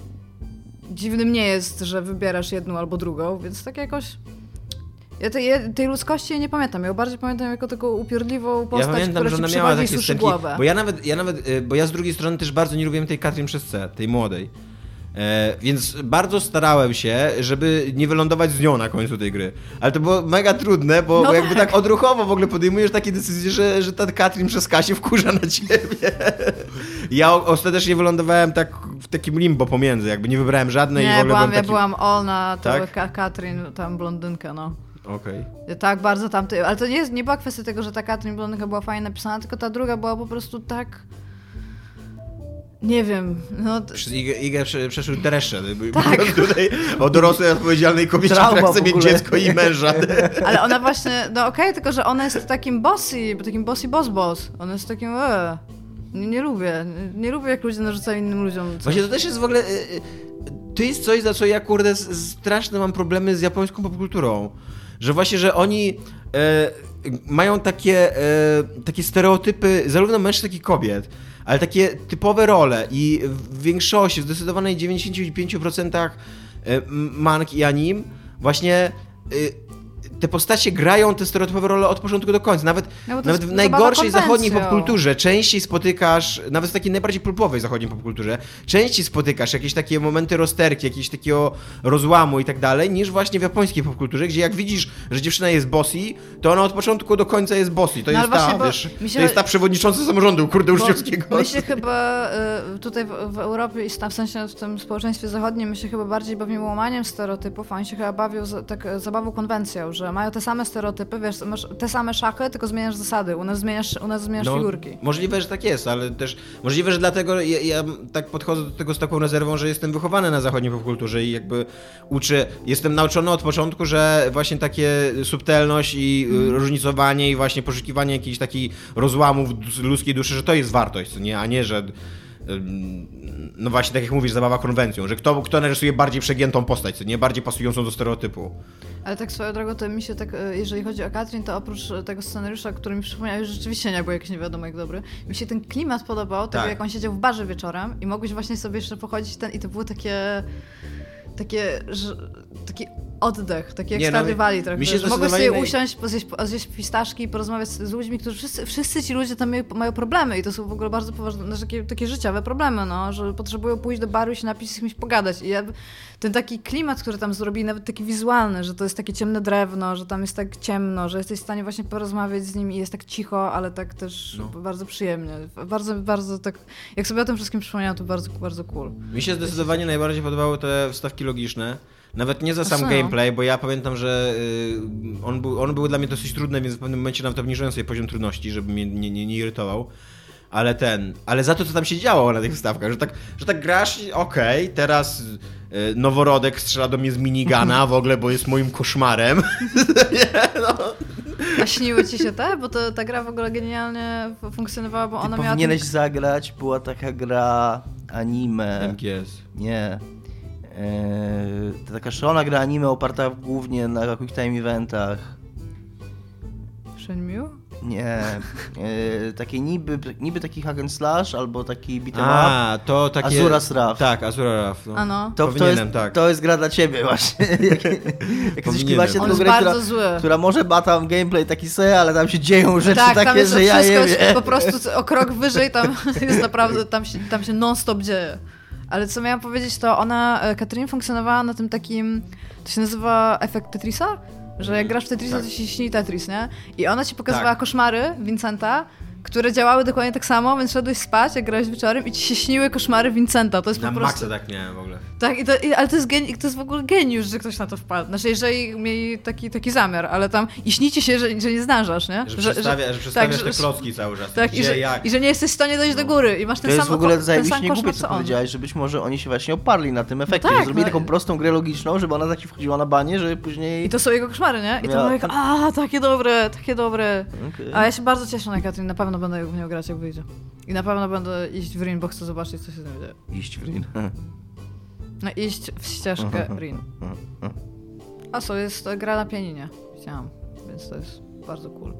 dziwnym nie jest, że wybierasz jedną albo drugą, więc tak jakoś. Ja tej, ja tej ludzkości nie pamiętam. Ja bardziej pamiętam jako taką upierdliwą postać, Ja pamiętam, która że ci ona miała przychodzi i takie suszy scenki, głowę. bo ja nawet, ja nawet, y, bo ja z drugiej strony też bardzo nie lubiłem tej Katrin przez C, tej młodej. E, więc bardzo starałem się, żeby nie wylądować z nią na końcu tej gry. Ale to było mega trudne, bo, No bo jakby tak. tak odruchowo w ogóle podejmujesz takie decyzje, że, że ta Katrin przez K się wkurza na ciebie. Ja o- ostatecznie wylądowałem tak w takim limbo pomiędzy, jakby nie wybrałem żadnej i w Nie, ogóle byłam, byłem ja taki... byłam all na tą Tak? Ka- Katrin, tam blondynkę, no. Okej. Ja tak bardzo tamty, ale to nie, jest, nie była kwestia tego, że ta Katrin blondynka była fajnie napisana, tylko ta druga była po prostu tak... Nie wiem, no... t- Przez Igę, Igę prze, przeszły dreszcze. Tak. Tutaj o dorosłej, odpowiedzialnej kobiecie, Trauma która chce w mieć ogóle. dziecko i męża. Ale ona właśnie, no okej, tylko że ona jest takim bossy, takim bossy boss boss. Ona jest takim, e, nie, nie lubię, nie, nie lubię jak ludzie narzucają innym ludziom coś. Właśnie to też jest w ogóle... y, y, To jest coś, za co ja, kurde, s- straszne mam problemy z japońską popkulturą. Że właśnie, że oni e, mają takie, e, takie stereotypy zarówno mężczyzn, jak i kobiet, ale takie typowe role i w większości, w zdecydowanej dziewięćdziesięciu pięciu procentach e, mang i anim właśnie... y, te postacie grają te stereotypowe role od początku do końca. Nawet, No bo to nawet jest w najgorszej zabawa zachodniej konwencją. popkulturze częściej spotykasz, nawet w takiej najbardziej pulpowej zachodniej popkulturze, częściej spotykasz jakieś takie momenty rozterki, jakiegoś takiego rozłamu i tak dalej, niż właśnie w japońskiej popkulturze, gdzie jak widzisz, że dziewczyna jest bossy, to ona od początku do końca jest bossy. To No, jest ale ta, właśnie, bo wiesz, mi się- to jest ta przewodnicząca samorządu, kurde, uczniowskiego. My się chyba y, tutaj w, w Europie i w sensie w tym społeczeństwie zachodnim my się chyba bardziej bawimy łamaniem stereotypów, a oni się chyba bawią za, tak zabawą konwencją, że mają te same stereotypy, wiesz, masz te same szachy, tylko zmieniasz zasady, u nas zmieniasz, u nas zmieniasz No, figurki. możliwe, że tak jest, ale też możliwe, że dlatego ja, ja tak podchodzę do tego z taką rezerwą, że jestem wychowany na zachodniej popkulturze i jakby uczę, jestem nauczony od początku, że właśnie takie subtelność i mm. różnicowanie i właśnie poszukiwanie jakichś takich rozłamów ludzkiej duszy, że to jest wartość, co nie, a nie, że no właśnie tak jak mówisz, zabawa konwencją, że kto, kto narysuje bardziej przegiętą postać, co nie, bardziej pasującą do stereotypu. Ale tak swoją drogą, to mi się tak, jeżeli chodzi o Katrin, to oprócz tego scenariusza, który mi przypomniał, że rzeczywiście nie był jakiś nie wiadomo jak dobry, mi się ten klimat podobał, tego Tak. jak on siedział w barze wieczorem i mogłeś właśnie sobie jeszcze pochodzić ten i to było takie, takie, że, taki oddech, taki jak Nie, no, Stardew Valley trochę, mi się że mogłeś sobie zdecydowanie usiąść, zjeść, zjeść pistaszki i porozmawiać z ludźmi, którzy wszyscy, wszyscy ci ludzie tam mają, mają problemy i to są w ogóle bardzo poważne, znaczy takie, takie życiowe problemy, no, że potrzebują pójść do baru i się napić i z kimś pogadać i ja, ten taki klimat, który tam zrobili, nawet taki wizualny, że to jest takie ciemne drewno, że tam jest tak ciemno, że jesteś w stanie właśnie porozmawiać z nimi i jest tak cicho, ale tak też No. bardzo przyjemnie. Bardzo, bardzo tak, jak sobie o tym wszystkim przypomniałam, to bardzo, bardzo cool. Mi się zdecydowanie najbardziej podobały te wstawki logiczne. Nawet nie za sam co? gameplay, bo ja pamiętam, że y, on, był, on był dla mnie dosyć trudny, więc w pewnym momencie nawet obniżyłem sobie poziom trudności, żeby mnie nie, nie, nie irytował. Ale ten, ale za to, co tam się działo na tych wstawkach, że tak, że tak grasz, okej, okay, teraz y, noworodek strzela do mnie z minigana w ogóle, bo jest moim koszmarem. nie, no. A śniły ci się te? Bo to, ta gra w ogóle genialnie f- funkcjonowała, bo Ty ona miała... powinieneś ten... zagrać, była taka gra anime. M G S. Nie. Eee, to taka szalona gra anime oparta głównie na quick time eventach. Shenmue? Nie. Eee, takie niby, niby taki hack and slash albo taki beat'em up. A, to takie... Azura's Wrath. Tak, Azura's Wrath. No. Ano. To, to, jest, Powinienem, tak. to jest gra dla ciebie właśnie. jak jak jesteś klimacie On tylko jest grę, bardzo która, zły. która może ma tam gameplay taki se, ale tam się dzieją rzeczy Tak, takie, tam jest że ja wszystko je jest wiem. po prostu o krok wyżej, tam jest naprawdę, tam się, tam się non-stop dzieje. Ale co miałam powiedzieć, to ona, Katrin funkcjonowała na tym takim, to się nazywa efekt Tetrisa? Że jak grasz w Tetrisa, Tak. to ci śni Tetris, nie? I ona ci pokazywała Tak. koszmary Vincenta, które działały dokładnie tak samo, więc szedłeś spać, jak grałeś wieczorem i ci się śniły koszmary Vincenta. To jest Na po prostu... maksa tak miałem w ogóle. Tak, i to, i, ale to jest, geni- to jest w ogóle geniusz, że ktoś na to wpadł. Znaczy, jeżeli mieli taki, taki zamiar, ale tam i śnicie się, że, że nie zdążasz, nie? Że, przedstawia, że, przedstawiasz tak, te że- klocki cały czas. Tak, Gdzie, i że, jak. i że nie jesteś w stanie dojść do góry i masz To ten jest sam w ogóle oko- ten sam zajebiście głupie, koszmar, co co on. powiedziałeś, że być może oni się właśnie oparli na tym efekcie, tak, że zrobili no. taką prostą grę logiczną, żeby ona tak ci wchodziła na banie, że później... I to są jego koszmary, nie? I to Ja- było jak, a takie dobre, takie dobre. Okej. A ja się bardzo cieszę na Katrin, na pewno będę w nią grać, jak wyjdzie. I na pewno będę iść w Rin, bo chcę zobaczyć, co się z tym dzieje. Iść w rin. No iść w ścieżkę Rin. A co, jest to gra na pianinie. Chciałam, więc to jest bardzo cool.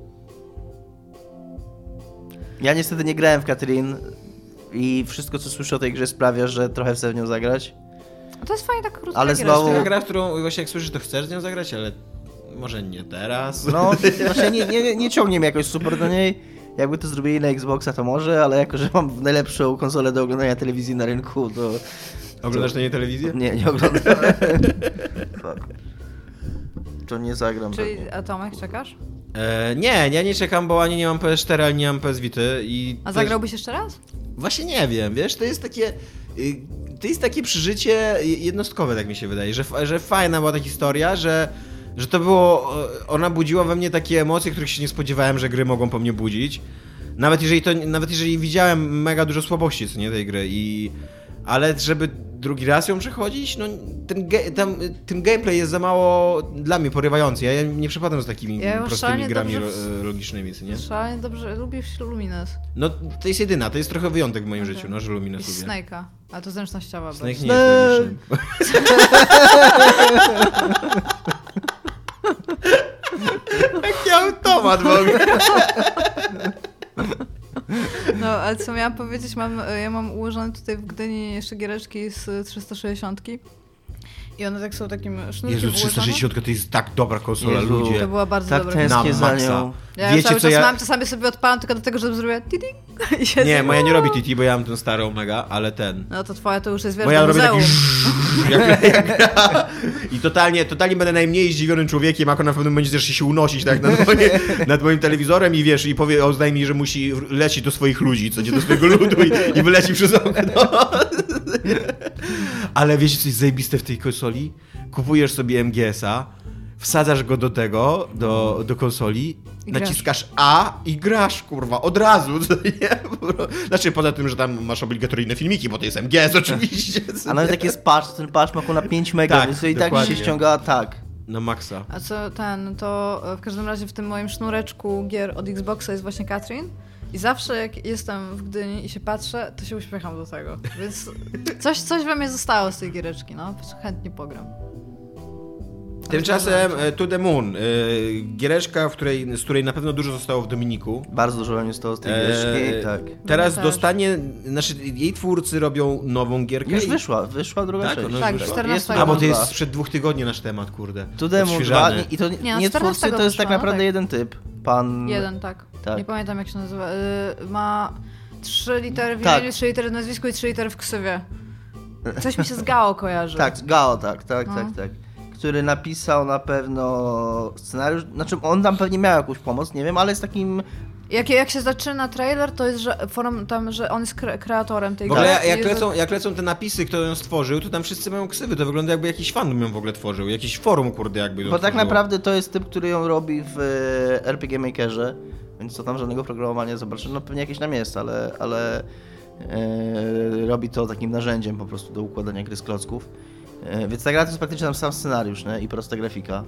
Ja niestety nie grałem w Katrin i wszystko, co słyszę o tej grze sprawia, że trochę chcę w nią zagrać. A to jest fajnie tak krótka Ale gra, znowu- że- Taka gra, w którą właśnie jak słyszysz, to chcesz z nią zagrać, ale może nie teraz. No, właśnie nie, nie, nie ciągnie mnie jakoś super do niej. Jakby to zrobili na Xboxa, to może, ale jako, że mam najlepszą konsolę do oglądania telewizji na rynku, to... Oglądasz to nie telewizję? Nie, nie oglądam. Fuck. To nie zagram. Czyli, pewnie. a Tomek, czekasz? E, nie, ja nie czekam, bo ani nie mam P S cztery, ani nie mam P S Vity i... A też- zagrałbyś jeszcze raz? Właśnie nie wiem, wiesz, to jest takie... y, To jest takie przeżycie jednostkowe, tak mi się wydaje, że, że fajna była ta historia, że, że to było... Ona budziła we mnie takie emocje, których się nie spodziewałem, że gry mogą po mnie budzić. Nawet jeżeli to, nawet jeżeli widziałem mega dużo słabości, co nie, tej gry i... Ale żeby drugi raz ją przechodzić, no ten, ge- tam, ten gameplay jest za mało dla mnie porywający. Ja nie przepadam z takimi Ja już prostymi szalenie grami dobrze ro- logicznymi, co nie? Szalenie dobrze, lubisz Lumines. No to jest jedyna, to jest trochę wyjątek w moim Okej. życiu, no, że I Lumines lubię. Snake'a, a to zręcznościowa. Snake bez- nie jest logiczny. Jaki automat w ogóle. No, ale co miałam powiedzieć, mam, ja mam ułożone tutaj w Gdyni jeszcze giereczki z trzysta sześćdziesiąt I one tak są takim sznurkiem Jezu, trzysta sześćdziesiąt to jest tak dobra konsola, Jezu. ludzie. To była bardzo Tak dobra. tęsknię Na za maksa. nią. Ja Wiecie, cały co czas ja- mam, czasami sobie odpalam tylko dlatego, żeby zrobiła tiding i się Nie, zje- moja nie robi T T, bo ja mam ten stary Omega, ale ten. No to twoja to już jest, wiesz, Moja do robi taki muzeum. jak, jak gra. I totalnie, totalnie będę najmniej zdziwionym człowiekiem, jak ona w pewnym momencie zacznie się unosić tak nad, moje, nad moim telewizorem i wiesz, i powie, oznajmi mi, że musi lecieć do swoich ludzi, co nie do swojego ludu i, i wyleci przez okno. Ale wiecie, co jest zajebiste w tej konsoli? Kupujesz sobie M G S-a, wsadzasz go do tego, do, do konsoli, I grasz. naciskasz A i grasz, kurwa, od razu, co nie? Znaczy, poza tym, że tam masz obligatoryjne filmiki, bo to jest M G S oczywiście. A nawet jak jest patch, to ten patch ma na pięć mega, Tak, więc to i tak dokładnie. się ściąga tak. Na maksa. A co ten, to w każdym razie w tym moim sznureczku gier od Xboxa jest właśnie Katrin. I zawsze jak jestem w Gdyni i się patrzę, to się uśmiecham do tego. Więc coś, coś we mnie zostało z tej giereczki, no. Chętnie pogram. Tymczasem e, To The Moon, e, giereczka, w której, z której na pewno dużo zostało w Dominiku. Bardzo dużo wam zostało z tej giereczki, E, tak. Teraz też. dostanie, znaczy jej twórcy robią nową gierkę. Już i- wyszła, wyszła druga Tak, część. ona już Tak, wyszła. czternastego. A, bo to jest dwa. sprzed dwóch tygodni nasz temat, kurde. To Demon dwa Odświeżany. i to nie, Nie, no, nie twórcy, czternastego to jest tak wyszła, no naprawdę tak. jeden typ. Pan... Jeden, tak. Tak. Nie pamiętam jak się nazywa. Y, ma trzy litery w Tak. imieniu, trzy litery w nazwisku i trzy litery w ksywie. Coś mi się z Gao kojarzy. Tak, Gao, tak, tak, No. tak, tak. Który napisał na pewno scenariusz, znaczy on tam pewnie miał jakąś pomoc, nie wiem, ale jest takim... Jak, jak się zaczyna trailer, to jest, że forum tam, że on jest kre kreatorem tej W ogóle gry. jak I lecą, jak lecą te napisy, kto ją stworzył, to tam wszyscy mają ksywy. To wygląda jakby jakiś fan ją w ogóle tworzył. Jakiś forum, kurde, jakby ją Bo tak tworzyło. naprawdę to jest typ, który ją robi w e, R P G Makerze, więc to tam żadnego programowania zobaczy, no pewnie jakieś tam jest, ale, ale e, robi to takim narzędziem po prostu do układania gry z klocków. E, więc ta gra to jest praktycznie tam sam scenariusz, nie? I prosta grafika.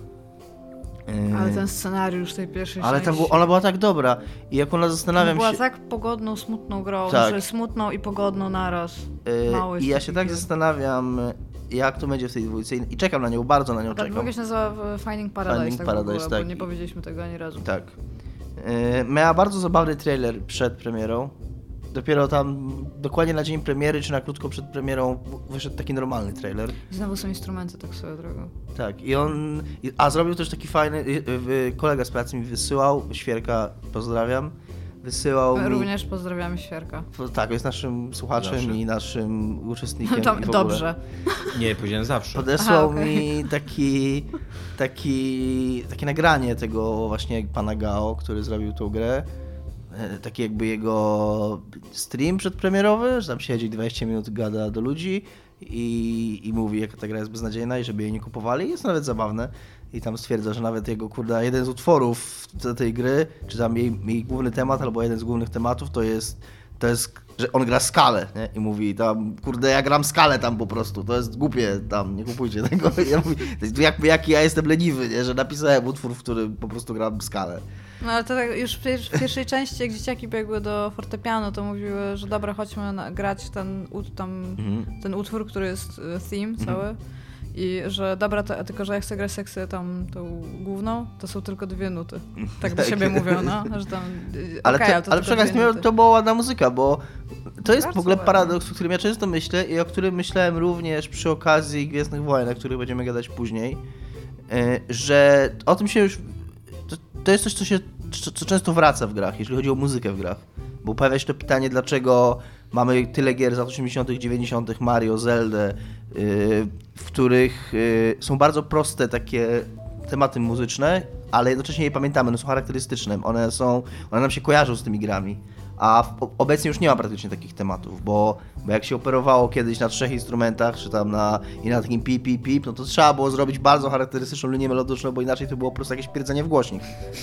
E, Ale ten scenariusz tej pierwszej ale ta, części. bu- ona była tak dobra i jak ona Ona zastanawiam była się... tak pogodną, smutną grą, Tak. że smutną i pogodną naraz. e, Mało jest I ja takich się tak gier. zastanawiam, jak to będzie w tej dwójce i czekam na nią, bardzo na nią A tak w czekam. ogóle się nazywa w Finding Paradise, Finding tak Paradise, w ogóle, tak. bo nie powiedzieliśmy tego ani razu. Tak. Yy, miała bardzo zabawny trailer przed premierą. Dopiero tam, dokładnie na dzień premiery, czy na krótko przed premierą, w- wyszedł taki normalny trailer. Znowu są instrumenty, tak swoją drogą. Tak, i on. i- A zrobił też taki fajny. y, y, Kolega z pracy mi wysyłał, Świerka, pozdrawiam. Wysyłał mi. Również pozdrawiamy Świerka. Tak, jest naszym słuchaczem Zawsze. i naszym uczestnikiem. To, i w ogóle. dobrze. Nie, powiedziałem zawsze. Podesłał Aha, okej. mi taki, taki, takie nagranie tego właśnie pana Gao, który zrobił tą grę. E, Taki jakby jego stream przedpremierowy, że tam siedzi dwadzieścia minut, gada do ludzi i, i mówi, jaka ta gra jest beznadziejna i żeby jej nie kupowali. Jest nawet zabawne. I tam stwierdza, że nawet jego, kurde, jeden z utworów te- tej gry, czy tam jej, jej główny temat, albo jeden z głównych tematów, to jest, to jest, że on gra skalę, nie? I mówi tam, kurde, ja gram skalę tam po prostu, to jest głupie tam, nie kupujcie tego. I ja mówię, jak, jaki ja jestem leniwy, nie? Że napisałem utwór, w którym po prostu gram skalę. No ale to tak już w pier- w pierwszej części, jak dzieciaki biegły do fortepianu, to mówiły, że dobra, chodźmy na, grać ten, ut, tam, Mhm. ten utwór, który jest e, theme cały. I że dobra, to, tylko że jak chcę grać seksy tam tą główną, to są tylko dwie nuty. Tak do Tak. siebie mówią, no. Że tam, Ale, okej, te, ale to ale tylko przy okazji dwie to, nuty. to była ładna muzyka, bo to jest w Bardzo ogóle ładna. paradoks, o którym ja często myślę i o którym myślałem również przy okazji Gwiezdnych Wojen, o których będziemy gadać później, e, że o tym się już... To, to jest coś, co się co, co często wraca w grach, jeżeli chodzi o muzykę w grach. Bo pojawia się to pytanie, dlaczego mamy tyle gier z lat osiemdziesiątych, dziewięćdziesiątych, Mario, Zelda, yy, w których yy, są bardzo proste takie tematy muzyczne, ale jednocześnie je pamiętamy, one są charakterystyczne, one są, one nam się kojarzą z tymi grami. A w, obecnie już nie ma praktycznie takich tematów, bo, bo jak się operowało kiedyś na trzech instrumentach, czy tam na, i na takim pip, pip, pip, no to trzeba było zrobić bardzo charakterystyczną linię melodyczną, bo inaczej to było po prostu jakieś pierdzenie w głośnik.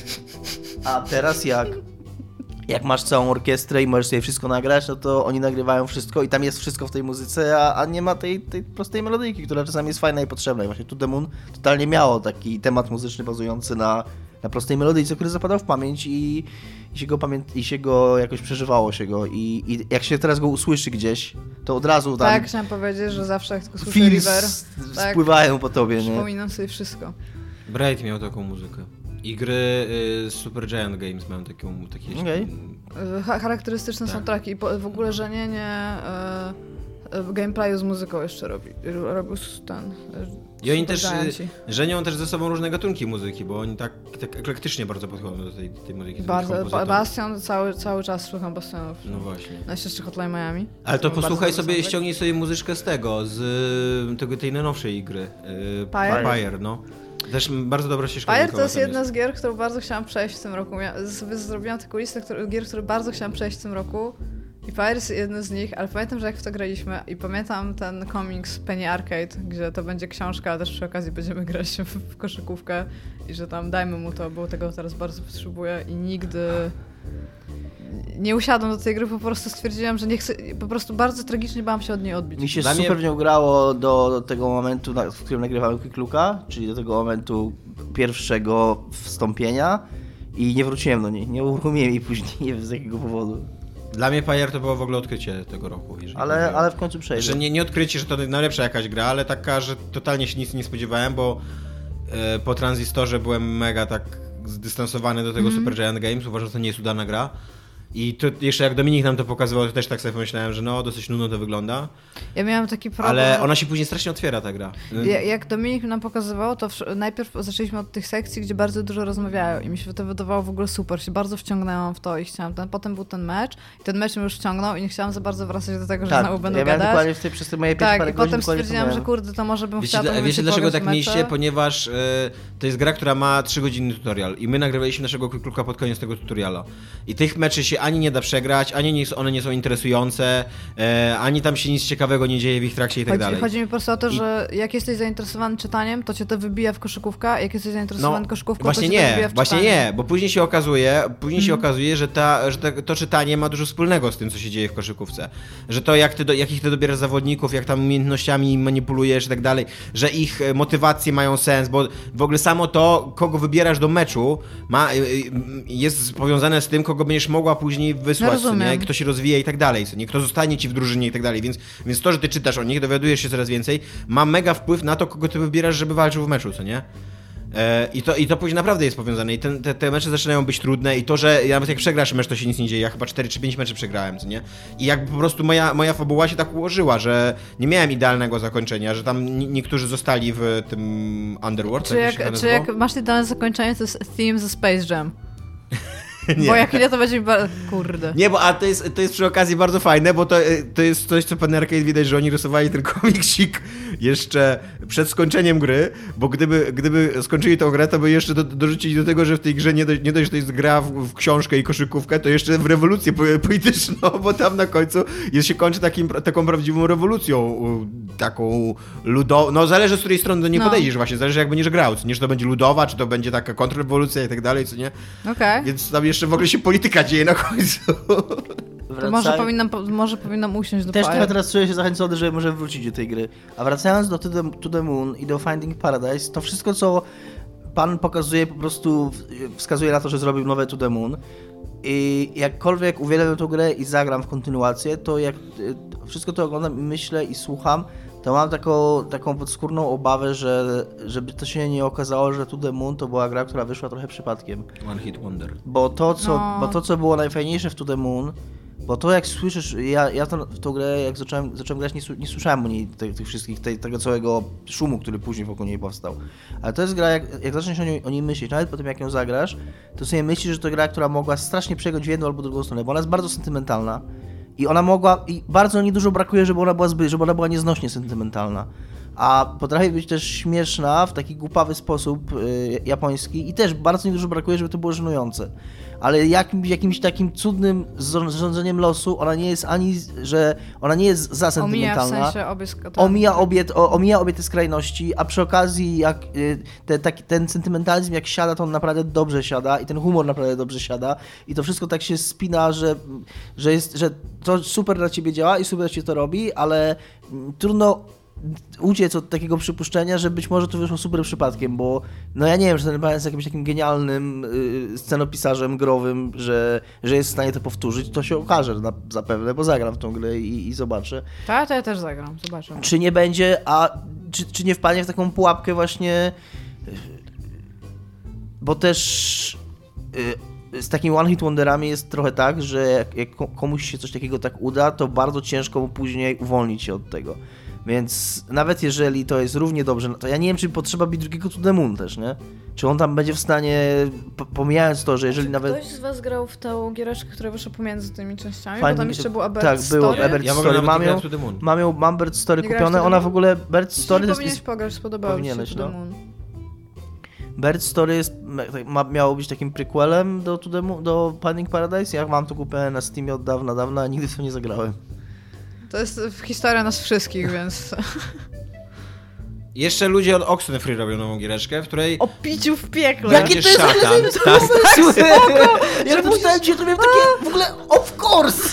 A teraz jak, jak masz całą orkiestrę i możesz sobie wszystko nagrać, no to oni nagrywają wszystko i tam jest wszystko w tej muzyce, a, a nie ma tej, tej prostej melodyjki, która czasami jest fajna i potrzebna. I właśnie To The Moon totalnie miało taki temat muzyczny bazujący na, na prostej melodyjce, który zapadał w pamięć i, i, się, go pamię- i się go jakoś przeżywało się go. I, I jak się teraz go usłyszy gdzieś, to od razu tam Tak, chciałam powiedzieć, że zawsze jak tylko słyszę feels River, tak, spływają po tobie, nie? przypominam sobie wszystko. Braid miał taką muzykę. I gry y, Super Giant Games mają taką, takie... Okej. E, cha- charakterystyczne Tak. są traki i po, w ogóle żenienie e, gameplayu z muzyką jeszcze robi. Robił ten... I oni też Giantsi. żenią też ze sobą różne gatunki muzyki, bo oni tak, tak eklektycznie bardzo podchodzą do tej, tej muzyki. Bardzo. Ba- Bastion, cały, cały czas słucham Bastionów. No właśnie. No jeszcze Hotline Miami. Ale to Bardzo posłuchaj lubię sobie, soundtrack. ściągnij sobie muzyczkę z tego, z y, tego, tej najnowszej gry. Y, Pyre? Pyre, no. Też bardzo dobra ścieżka Pyre dźwiękowa to jest tam jedna z gier, którą bardzo chciałam przejść w tym roku. Ja sobie zrobiłam taką listę który, gier, które bardzo chciałam przejść w tym roku. I Pyre jest jedno z nich, ale pamiętam, że jak w to graliśmy i pamiętam ten komiks Penny Arcade, gdzie to będzie książka, a też przy okazji będziemy grać w, w koszykówkę i że tam dajmy mu to, bo tego teraz bardzo potrzebuję i nigdy nie usiadłam do tej gry, po prostu stwierdziłam, że nie chcę, po prostu bardzo tragicznie bałam się od niej odbić. Mi się Dla super mnie- w nią grało do, do tego momentu, na, w którym nagrywałem Quick Looka, czyli do tego momentu pierwszego wstąpienia i nie wróciłem do niej, nie uruchomiłem jej później, nie wiem z jakiego powodu. Dla mnie Pyre to było w ogóle odkrycie tego roku. jeżeli chodzi Ale, o- ale w końcu przejdę. Że nie, nie odkrycie, że to najlepsza jakaś gra, ale taka, że totalnie się nic nie spodziewałem, bo e, po Transistorze byłem mega tak zdystansowany do tego Mhm. Super Giant Games, uważam, że to nie jest udana gra. I to jeszcze jak Dominik nam to pokazywał, to też tak sobie pomyślałem, że no, dosyć nudno to wygląda. Ja miałam taki problem. Ale ona się później strasznie otwiera, ta gra. Ja- Jak Dominik nam pokazywał, to wsz- najpierw zaczęliśmy od tych sekcji, gdzie bardzo dużo rozmawiają i mi się to wydawało w ogóle super, się bardzo wciągnęłam w to i chciałam ten, potem był ten mecz i ten mecz mnie już wciągnął i nie chciałam za bardzo wracać do tego, że tak, znowu będą ja miałem gadać. dokładnie w tej, przez te moje pierwsze Tak, parę i godzin potem dokładnie to stwierdziłam, że miałem. kurde, to może bym Wiecie, chciała dla- trochę wiecie więcej dlaczego pograć tak w mecze. mieliście? Ponieważ y, to jest gra, która ma trzygodzinny tutorial i my nagrywaliśmy naszego Quick Looka pod koniec tego tutoriala. I tych meczy się ani nie da przegrać, ani nie, one nie są interesujące, e, ani tam się nic ciekawego nie dzieje w ich trakcie i tak Chodzi, dalej. chodzi mi po prostu o to, I- że jak jesteś zainteresowany czytaniem, to cię to wybija w koszykówkę, a jak jesteś zainteresowany koszykówką, właśnie to cię to nie, wybija w właśnie czytaniu. nie, bo później się okazuje, później się Mhm. okazuje, że, ta, że te, to czytanie ma dużo wspólnego z tym, co się dzieje w koszykówce. Że to, jak ty do, jakich ty dobierasz zawodników, jak tam umiejętnościami manipulujesz i tak dalej, że ich e, motywacje mają sens, bo w ogóle samo to, kogo wybierasz do meczu, ma, e, e, jest powiązane z tym, kogo będziesz mogła później wysłać, co rozumiem. nie? Kto się rozwija i tak dalej, co nie? Kto zostanie ci w drużynie i tak dalej, więc, więc to, że ty czytasz o nich, dowiadujesz się coraz więcej, ma mega wpływ na to, kogo ty wybierasz, żeby walczył w meczu, co nie? E, I to, I to później naprawdę jest powiązane i ten, te, te mecze zaczynają być trudne i to, że ja nawet jak przegrasz mecz, to się nic nie dzieje, ja chyba cztery czy pięć meczy przegrałem, co nie? I jakby po prostu moja, moja fabuła się tak ułożyła, że nie miałem idealnego zakończenia, że tam ni- niektórzy zostali w tym Underworld, Czy tak to się jak, czy nazywało? jak masz idealne zakończenie, to jest theme ze Space Jam. Nie. Bo jak nie, to będzie mi ba- kurde. Nie, bo a to jest, to jest przy okazji bardzo fajne, bo to, to jest coś, co Penny Arcade widać, że oni rysowali ten komiksik jeszcze przed skończeniem gry, bo gdyby, gdyby skończyli tą grę, to by jeszcze do, dorzucili do tego, że w tej grze nie, do, nie dość, że to jest gra w, w książkę i koszykówkę, to jeszcze w rewolucję po- polityczną, bo tam na końcu jest, się kończy takim, taką prawdziwą rewolucją, u, taką ludową, no zależy z której strony do niej No. podejdziesz właśnie, zależy jak będziesz grał, co nie, czy to będzie ludowa, czy to będzie taka kontrrewolucja i tak dalej, co nie, Okej. więc tam jeszcze w ogóle się polityka dzieje na końcu. To może powinnam, po- może powinnam usiąść do Też Pyre. trochę teraz czuję się zachęcony, żeby może wrócić do tej gry. A wracając do To the, to the Moon i do Finding Paradise, to wszystko, co pan pokazuje, po prostu w- wskazuje na to, że zrobił nowe To the Moon. I jakkolwiek uwielbiam tę grę i zagram w kontynuację, to jak y, wszystko to oglądam i myślę i słucham, to mam taką, taką podskórną obawę, że żeby to się nie okazało, że To the Moon to była gra, która wyszła trochę przypadkiem. One Hit Wonder. Bo to, co, No. bo to, co było najfajniejsze w To the Moon, bo to jak słyszysz, ja, ja to, w tą grę jak zacząłem, zacząłem grać, nie, su- nie słyszałem o niej tych, tych wszystkich, tej, tego całego szumu, który później wokół niej powstał. Ale to jest gra, jak, jak zaczniesz o niej, o niej myśleć, nawet po tym jak ją zagrasz, to sobie myślisz, że to gra, która mogła strasznie przegodzić w jedną albo drugą stronę, bo ona jest bardzo sentymentalna i ona mogła, i bardzo niedużo brakuje, żeby ona była zbyt, żeby ona była nieznośnie sentymentalna. A potrafi być też śmieszna w taki głupawy sposób y, japoński i też bardzo niedużo brakuje, żeby to było żenujące. Ale jakim, jakimś takim cudnym zarządzeniem losu ona nie jest ani, że ona nie jest za Omija w sentymentalna. sensie obie sk- Omija obie, o, omija obie te skrajności, a przy okazji jak y, te, taki, ten sentymentalizm jak siada, to on naprawdę dobrze siada i ten humor naprawdę dobrze siada i to wszystko tak się spina, że, że, jest, że to super dla ciebie działa i super ci to robi, ale mm, trudno uciec od takiego przypuszczenia, że być może to wyszło super przypadkiem, bo no ja nie wiem, że ten pan jest jakimś takim genialnym y, scenopisarzem growym, że, że jest w stanie to powtórzyć, to się okaże na, zapewne, bo zagram w tą grę i, i zobaczę. Tak, to ja też zagram, zobaczymy. Czy nie będzie, a czy, czy nie wpadnie w taką pułapkę właśnie, y, bo też y, z takimi one hit wonderami jest trochę tak, że jak, jak komuś się coś takiego tak uda, to bardzo ciężko mu później uwolnić się od tego. Więc nawet jeżeli to jest równie dobrze, no to ja nie wiem, czy potrzeba być drugiego To The Moon też, nie? Czy on tam będzie w stanie, pomijając to, że jeżeli Czy nawet... ktoś z was grał w tą giereczkę, która wyszła pomiędzy tymi częściami? Fajnie, Bo tam jeszcze był Abert tak, Story. było Abert Ja w ogóle Story, nawet nie mam ją, grałem w To The Moon. mam ją, mam Bird Story Nie grałeś w kupione, To The ona Moon? w ogóle, Bird Story Story nie jest... powinieneś jest pograć, spodobało ci się Powinieneś, To The no. Moon. Bird Story jest, ma, miało być takim prequelem do, to The Moon, do Panic Paradise, ja mam to kupione na Steamie od dawna, dawna, a nigdy w to nie zagrałem. To jest historia nas wszystkich, więc... Jeszcze ludzie od Oxenfree robią nową giereczkę, w której... O piciu w piekle! Jakie będzie to jest szatan. tak, spoko! Ja Że to musisz- czytałem dzisiaj, to miałem takie, w ogóle, of course!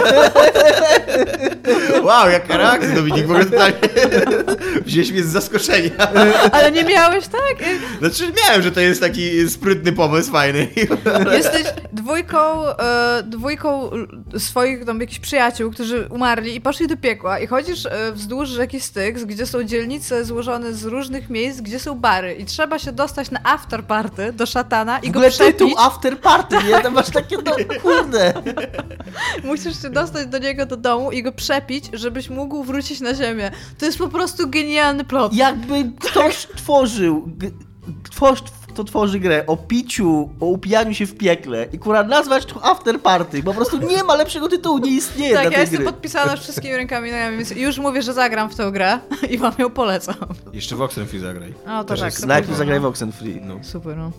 Wow, jaka reakcja, Dominik, w ogóle totalnie... Wziąłeś mnie z zaskoczenia. Ale nie miałeś, tak? Znaczy miałem, że to jest taki sprytny pomysł, fajny. Jesteś dwójką, e, dwójką swoich tam jakichś przyjaciół, którzy umarli i poszli do piekła i chodzisz e, wzdłuż rzeki Styx, gdzie są dzielnice złożone z różnych miejsc, gdzie są bary i trzeba się dostać na after party do szatana i W go ogóle tytuł przepić. After Party, nie? Tam masz takie, no kurde. Musisz się dostać do niego do domu i go przepić, żebyś mógł wrócić na ziemię. To jest po prostu genialny plot. Jakby ktoś tworzył, g- ktoś, kto tworzy grę o piciu, o upijaniu się w piekle i kurwa nazwać to After Party, po prostu nie ma lepszego tytułu, nie istnieje Tak, dla ja tej jestem gry. podpisana wszystkimi rękami i nogami, więc już mówię, że zagram w tę grę i wam ją polecam. Jeszcze w Oxenfree zagraj. O, to Też tak. jest to Najpierw pewnie, zagraj w no. Oxenfree. No. Super, no.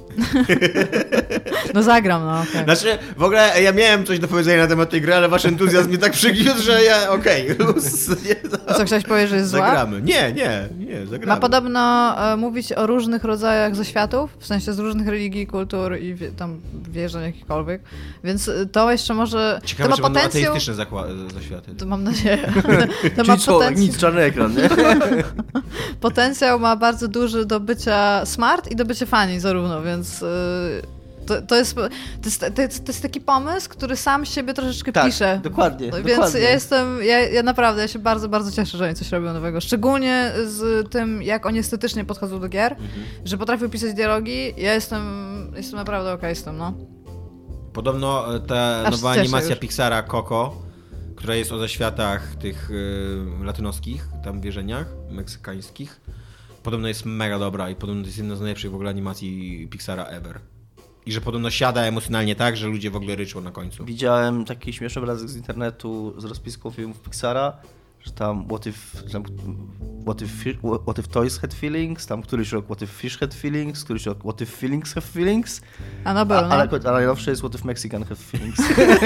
No zagram, no okej. Znaczy, w ogóle ja miałem coś do powiedzenia na temat tej gry, ale wasz entuzjazm mnie tak przygniótł, że ja, okej, luz, nie, A co, chciałeś powiedzieć, że jest zła? zagramy. Nie, nie, nie, zagramy. Ma podobno e, mówić o różnych rodzajach zaświatów, w sensie z różnych religii, kultur i wie, tam wierzeń jakichkolwiek, więc e, to jeszcze może... Ciekawe, to czy ma będą potencjał... ateistyczne zakła- zaświaty. To mam nadzieję. To ma Czyli co, potencjał... nic, czarny ekran, nie? Potencjał ma bardzo duży do bycia smart i do bycia funny zarówno, więc... e, To, to, jest, to, jest, to, jest, to jest taki pomysł, który sam siebie troszeczkę Tak, pisze. dokładnie, Więc dokładnie. ja jestem, ja, ja naprawdę, ja się bardzo, bardzo cieszę, że oni coś robią nowego. Szczególnie z tym, jak oni estetycznie podchodzą do gier, Mhm. że potrafią pisać dialogi. Ja jestem, jestem naprawdę okej z tym, no. Podobno e, ta Aż nowa cieszę animacja już. Pixara Coco, która jest o zaświatach tych y, latynoskich, tam wierzeniach, meksykańskich, podobno jest mega dobra i podobno to jest jedna z najlepszych w ogóle animacji Pixara ever. I że podobno siada emocjonalnie tak, że ludzie w ogóle ryczą na końcu. Widziałem taki śmieszny obrazek z internetu z rozpiską filmów Pixara, że tam what if, że tam what if, fi- what if toys had feelings, tam któryś rok what if fish had feelings, któryś rok what if feelings have feelings, A no był, a, no. ale, ale najnowsze jest what if Mexican have feelings.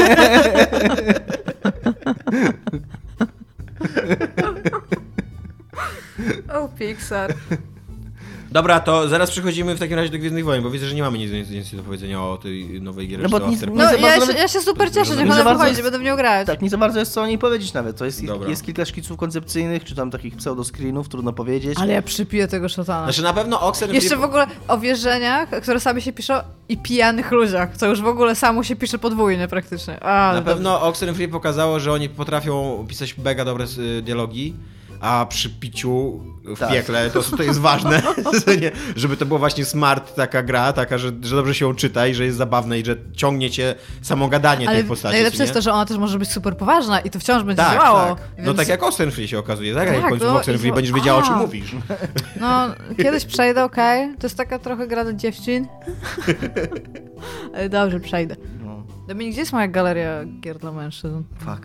O, Pixar. Dobra, to zaraz przechodzimy w takim razie do Gwiezdnych Wojen, bo widzę, że nie mamy nic, nic, nic do powiedzenia o tej nowej gierze. No bo o nic- After nie No, za ja bardzo się, nawet- ja się super cieszę, Nie niech za ona bardzo wychodzi, jest- będę w nią grać. Tak, nie za bardzo jest co o niej powiedzieć nawet, to jest, Dobra. jest kilka szkiców koncepcyjnych, czy tam takich pseudo-screenów, trudno powiedzieć. Ale ja przypiję tego szatana. Znaczy na pewno Oxenfree... Jeszcze w ogóle o wierzeniach, które same się piszą i pijanych ludziach, co już w ogóle samo się pisze podwójnie praktycznie. A, Na pewno Oxenfree pokazało, że oni potrafią pisać mega dobre y, dialogi, a przy piciu w Tak. piekle to, to jest ważne, że nie, żeby to była właśnie smart taka gra, taka, że, że dobrze się ją czyta i że jest zabawne i że ciągnie cię samo gadanie Ale tej postaci. najlepsze nie? jest to, że ona też może być super poważna i to wciąż będzie tak, działało. tak. No więc- tak jak Oxenfree się okazuje. Zagraj Tak, w końcu no w Oxenfree i i to- będziesz wiedziała, o czym A. mówisz. No, kiedyś przejdę, okej. To jest taka trochę gra dla dziewczyn. Ale dobrze, przejdę. No, Dominik, gdzie jest moja galeria gier dla mężczyzn? fuck.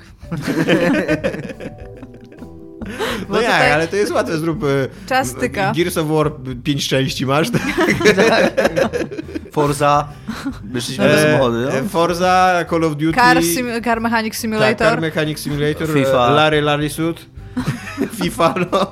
Bo No jak, tutaj ale to jest łatwe, zrób... y, czas tyka. Gears of War pięć części masz, tak? Forza, wyszliśmy bez E, mody. e, No. Forza, Call of Duty... Car, sim, Car Mechanic Tak, Simulator. Car Mechanic Simulator, FIFA. e, Larry Larry Suit, FIFA, no.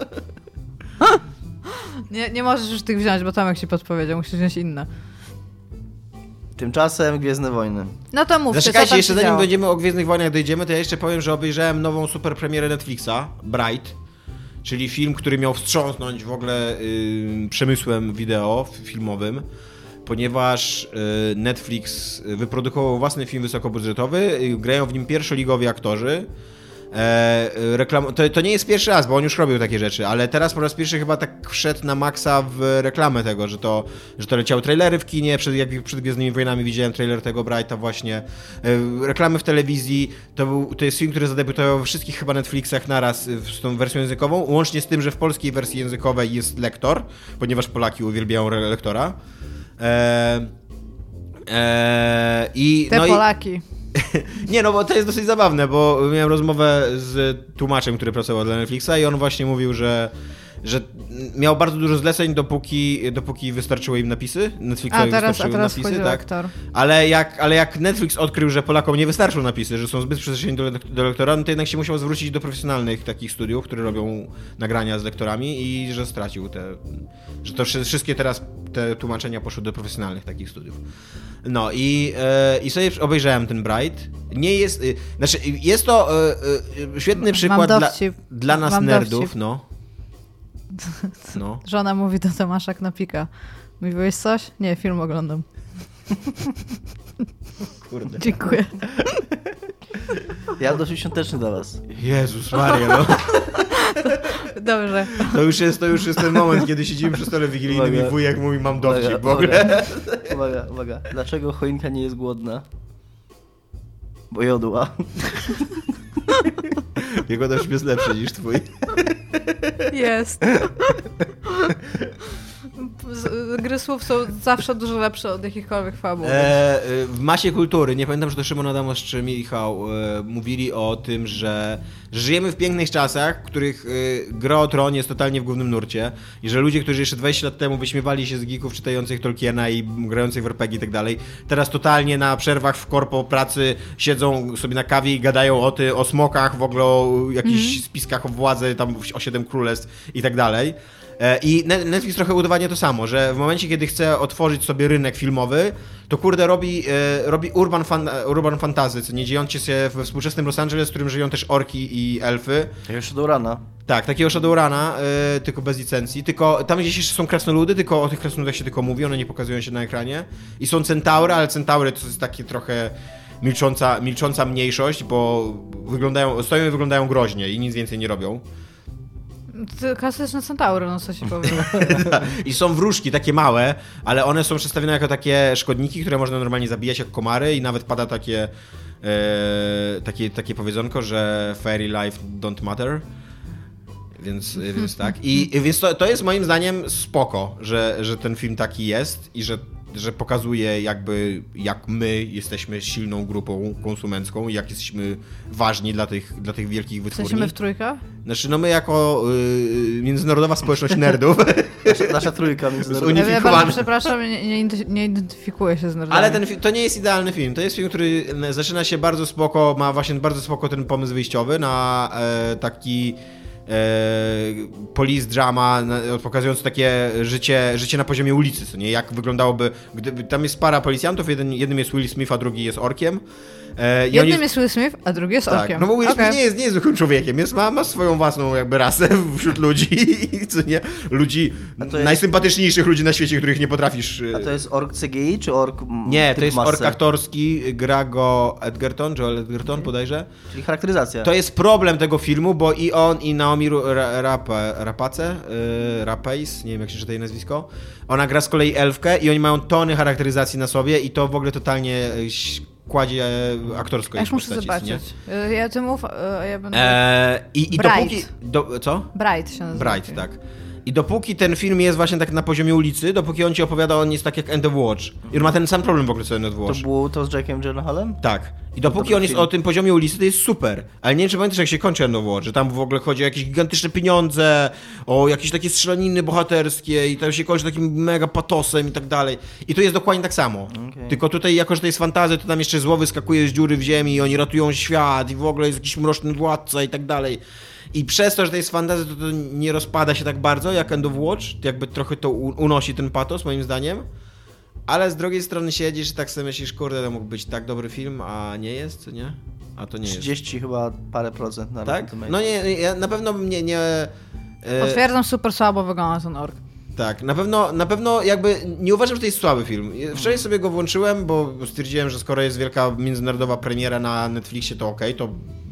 Nie, nie możesz już tych wziąć, bo Tomek ci podpowiedział, musisz wziąć inne. Tymczasem Gwiezdne Wojny. No to mówcie, co Zaczekajcie, tam jeszcze się zanim działo? będziemy o Gwiezdnych Wojnach dojdziemy, to ja jeszcze powiem, że obejrzałem nową super premierę Netflixa, Bright, czyli film, który miał wstrząsnąć w ogóle y, przemysłem wideo f- filmowym, ponieważ y, Netflix wyprodukował własny film wysokobudżetowy, y, grają w nim pierwszoligowi aktorzy, E, reklam... to, to nie jest pierwszy raz, bo on już robił takie rzeczy, ale teraz po raz pierwszy chyba tak wszedł na maksa w reklamę tego, że to, że to leciały trailery w kinie, przed, jak przed Gwiezdnymi Wojnami widziałem trailer tego Brighta właśnie, e, reklamy w telewizji, to, był, to jest film, który zadebiutował we wszystkich chyba Netflixach naraz z tą wersją językową, łącznie z tym, że w polskiej wersji językowej jest lektor, ponieważ Polaki uwielbiają lektora. E, e, i, Te no Polaki. I, nie, no bo to jest dosyć zabawne, bo miałem rozmowę z tłumaczem, który pracował dla Netflixa i on właśnie mówił, że, że miał bardzo dużo zleceń, dopóki, dopóki wystarczyły im napisy. Netflixowi A teraz, a wystarczyły teraz napisy, wchodzi tak. lektor. Ale jak, ale jak Netflix odkrył, że Polakom nie wystarczą napisy, że są zbyt przyzwyczajeni do, do lektora, no to jednak się musiał zwrócić do profesjonalnych takich studiów, które robią nagrania z lektorami i że stracił te... że to wszystkie teraz te tłumaczenia poszły do profesjonalnych takich studiów. No i, e, i sobie obejrzałem ten Bright. Nie jest... Y, znaczy, jest to y, y, świetny przykład dla, dla nas Mam nerdów, dowcip. no. No. Żona mówi do Tomasza Knapika. Mówiłeś coś? Nie, film oglądam. Kurde. Dziękuję. Ja dosyć świąteczny dla was. Jezus Maria, no. Dobrze. To już jest, to już jest ten moment, kiedy siedzimy przy stole wigilijnym Uwaga. i wujek mówi, mam dowcip Uwaga, w ogóle. Uwaga, uwaga. Dlaczego choinka nie jest głodna? Bo jodła. Jego dowcip jest lepszy niż twój. Jest. Z- Gry słów są zawsze dużo lepsze od jakichkolwiek fabuł. E, w masie kultury, nie pamiętam, czy to Szymon Adamosz czy Michał, e, mówili o tym, że, że żyjemy w pięknych czasach, w których e, gra o Tron jest totalnie w głównym nurcie i że ludzie, którzy jeszcze dwadzieścia lat temu wyśmiewali się z geeków czytających Tolkiena i grających w er pe gie i tak dalej, teraz totalnie na przerwach w korpo pracy siedzą sobie na kawie i gadają o, ty, o smokach, w ogóle o jakichś mm. spiskach o władzę, tam o siedem królestw i tak dalej. I Netflix trochę udowadnia to samo, że w momencie, kiedy chce otworzyć sobie rynek filmowy, to kurde robi, e, robi urban, fan, urban fantasy, co nie dziejące się we współczesnym Los Angeles, w którym żyją też orki i elfy. Jak Shadowruna. Tak, takiego Shadowruna, e, tylko bez licencji. Tylko tam gdzieś jeszcze są krasnoludy, tylko o tych krasnoludach się tylko mówi, one nie pokazują się na ekranie. I są centaury, ale centaury to jest takie trochę milcząca, milcząca mniejszość, bo wyglądają, stoją i wyglądają groźnie i nic więcej nie robią. To klasyczne centaury, no co się powie. I są wróżki takie małe, ale one są przedstawione jako takie szkodniki, które można normalnie zabijać jak komary i nawet pada takie e, takie, takie powiedzonko, że fairy life don't matter. Więc, więc tak. I więc to, to jest moim zdaniem spoko, że, że ten film taki jest i że że pokazuje jakby jak my jesteśmy silną grupą konsumencką i jak jesteśmy ważni dla tych, dla tych wielkich wytwórni. Jesteśmy w trójkę? Znaczy no my jako y, międzynarodowa społeczność nerdów Nasza, nasza trójka międzynarodowa. Ja, ja bardzo przepraszam, nie, nie, nie identyfikuję się z nerdami. Ale ten film, to nie jest idealny film. To jest film, który zaczyna się bardzo spoko, ma właśnie bardzo spoko ten pomysł wyjściowy na e, taki E, police drama, na, pokazując takie życie, życie na poziomie ulicy, co nie? Jak wyglądałoby, gdyby tam jest para policjantów, jeden, jednym jest Will Smith, a drugi jest orkiem. E, jednym oni... jest Will Smith, a drugi jest tak, orkiem. no bo Will okay. Smith nie jest, nie jest zwykłym człowiekiem, jest, ma, ma swoją własną jakby rasę wśród ludzi, co nie? Ludzi, jest... najsympatyczniejszych ludzi na świecie, których nie potrafisz... A to jest ork C G I, czy ork Nie, to jest masę? ork aktorski, gra go Edgerton, Joel Edgerton bodajże. Czyli charakteryzacja. To jest problem tego filmu, bo i on, i Naomi Rapace, Rapace, yy, Rapace, nie wiem jak się czyta jej nazwisko, ona gra z kolei elfkę i oni mają tony charakteryzacji na sobie i to w ogóle totalnie kładzie aktorsko. Ja już muszę postaci, zobaczyć. Nie? Ja ty mów, a ja będę... Eee, I i Bright. dopóki... Do, co? Bright się nazywa. Bright, tak. I dopóki ten film jest właśnie tak na poziomie ulicy, dopóki on ci opowiada, on jest tak jak End of Watch. I on ma ten sam problem w ogóle co End of Watch. To było to z Jackiem Gyllenhaalem? Tak. I dopóki Dobry on jest film. o tym poziomie ulicy, to jest super. Ale nie wiem, czy pamiętasz, jak się kończy End of Watch, że tam w ogóle chodzi o jakieś gigantyczne pieniądze, o jakieś takie strzelaniny bohaterskie i tam się kończy takim mega patosem i tak dalej. I tu jest dokładnie tak samo. Okay. Tylko tutaj, jako że to jest fantazja, to tam jeszcze zło wyskakuje z dziury w ziemi i oni ratują świat i w ogóle jest jakiś mroczny władca i tak dalej. I przez to, że to jest fantazja, to, to nie rozpada się tak bardzo jak End of Watch. Jakby trochę to unosi ten patos, moim zdaniem. Ale z drugiej strony siedzisz i tak sobie myślisz, kurde, to mógł być tak dobry film, a nie jest, co nie? A to nie jest. trzydzieści chyba parę procent na Tak? No nie, ja na pewno mnie nie... E... Potwierdzam, super słabo wygląda ten ork. Tak, na pewno, na pewno jakby nie uważam, że to jest słaby film. Wczoraj sobie go włączyłem, bo stwierdziłem, że skoro jest wielka międzynarodowa premiera na Netflixie, to okej, okay, to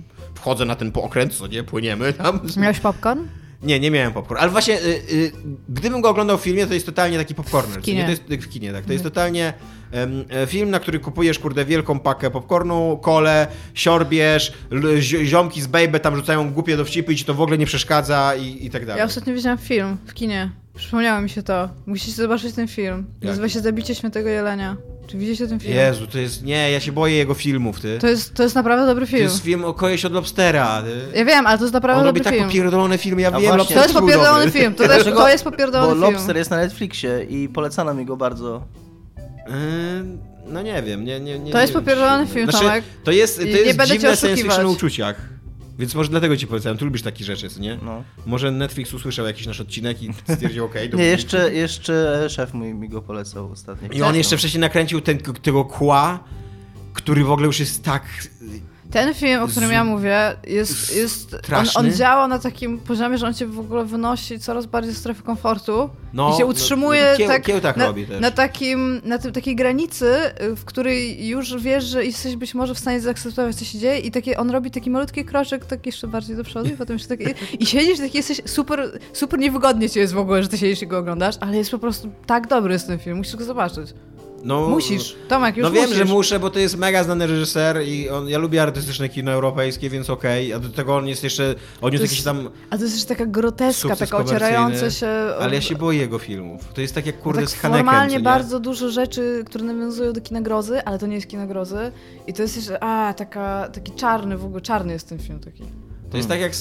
wchodzę na ten okręt, co nie, płyniemy tam. Miałeś popcorn? Nie, nie miałem popcorn, ale właśnie y, y, gdybym go oglądał w filmie, to jest totalnie taki popcorner. W kinie. Nie? To jest, w kinie, tak. To jest totalnie um, film, na który kupujesz, kurde, wielką pakę popcornu, kolę, siorbiesz, l- ziomki z Baby tam rzucają głupie dowcipy i ci to w ogóle nie przeszkadza i, i tak dalej. Ja ostatnio widziałam film w kinie. Przypomniało mi się to. Musicie zobaczyć ten film. Nazywa się Zabicie Świętego Jelenia. Czy widzieliście ten film? Jezu, to jest... Nie, ja się boję jego filmów, ty. To jest, to jest naprawdę dobry To film. jest film o koleś od Lobstera, ty. Ja wiem, ale to jest naprawdę On dobry robi tak film. popierdolone filmy, ja A wiem, właśnie. Lobster To jest był popierdolony dobry. film. To, też, Dlaczego? to jest Bo popierdolony film. Lobster jest na Netflixie i polecano mi go bardzo. Yy, no nie wiem, nie, nie, nie. To jest nie wiem, popierdolony czy- film, znaczy, Tomek. To jest, to I jest nie będę cię dziwne science oszukiwać. fiction o uczuciach. Więc może dlatego ci polecam, tu lubisz takie rzeczy, co nie? No. Może Netflix usłyszał jakiś nasz odcinek i stwierdził, okej, Nie, jeszcze, jeszcze szef mój mi go polecał ostatnio. I on jeszcze wcześniej nakręcił ten, tego kła, który w ogóle już jest tak... Ten film, o którym Z- ja mówię, jest, jest on, straszny. on działa na takim poziomie, że on cię w ogóle wynosi coraz bardziej z strefy komfortu No, i się no, utrzymuje no, kieł- tak, kieł tak na, robi też. na, takim, na tym, takiej granicy, w której już wiesz, że jesteś być może w stanie zaakceptować, co się dzieje i takie, on robi taki malutki kroczek tak jeszcze bardziej do przodu i potem jeszcze taki, i siedzisz taki jesteś super, super niewygodnie ci jest w ogóle, że ty siedzisz i go oglądasz, ale jest po prostu tak dobry jest ten film, musisz go zobaczyć. No, Musisz, Tomek, już No wiem, musisz. że muszę, bo to jest mega znany reżyser i on, ja lubię artystyczne kino europejskie, więc okej, a do tego on jest jeszcze, on jest jest- jakiś tam A to jest jeszcze taka groteska, sukces taka ocierająca komercyjny, się... ale ja się boję jego filmów. To jest tak jak kurde tak z Hanekem, formalnie co nie? bardzo dużo rzeczy, które nawiązują do kina grozy, ale to nie jest kino grozy. I to jest jeszcze, a, taka, taki czarny, w ogóle czarny jest ten film taki. To jest tak jak z,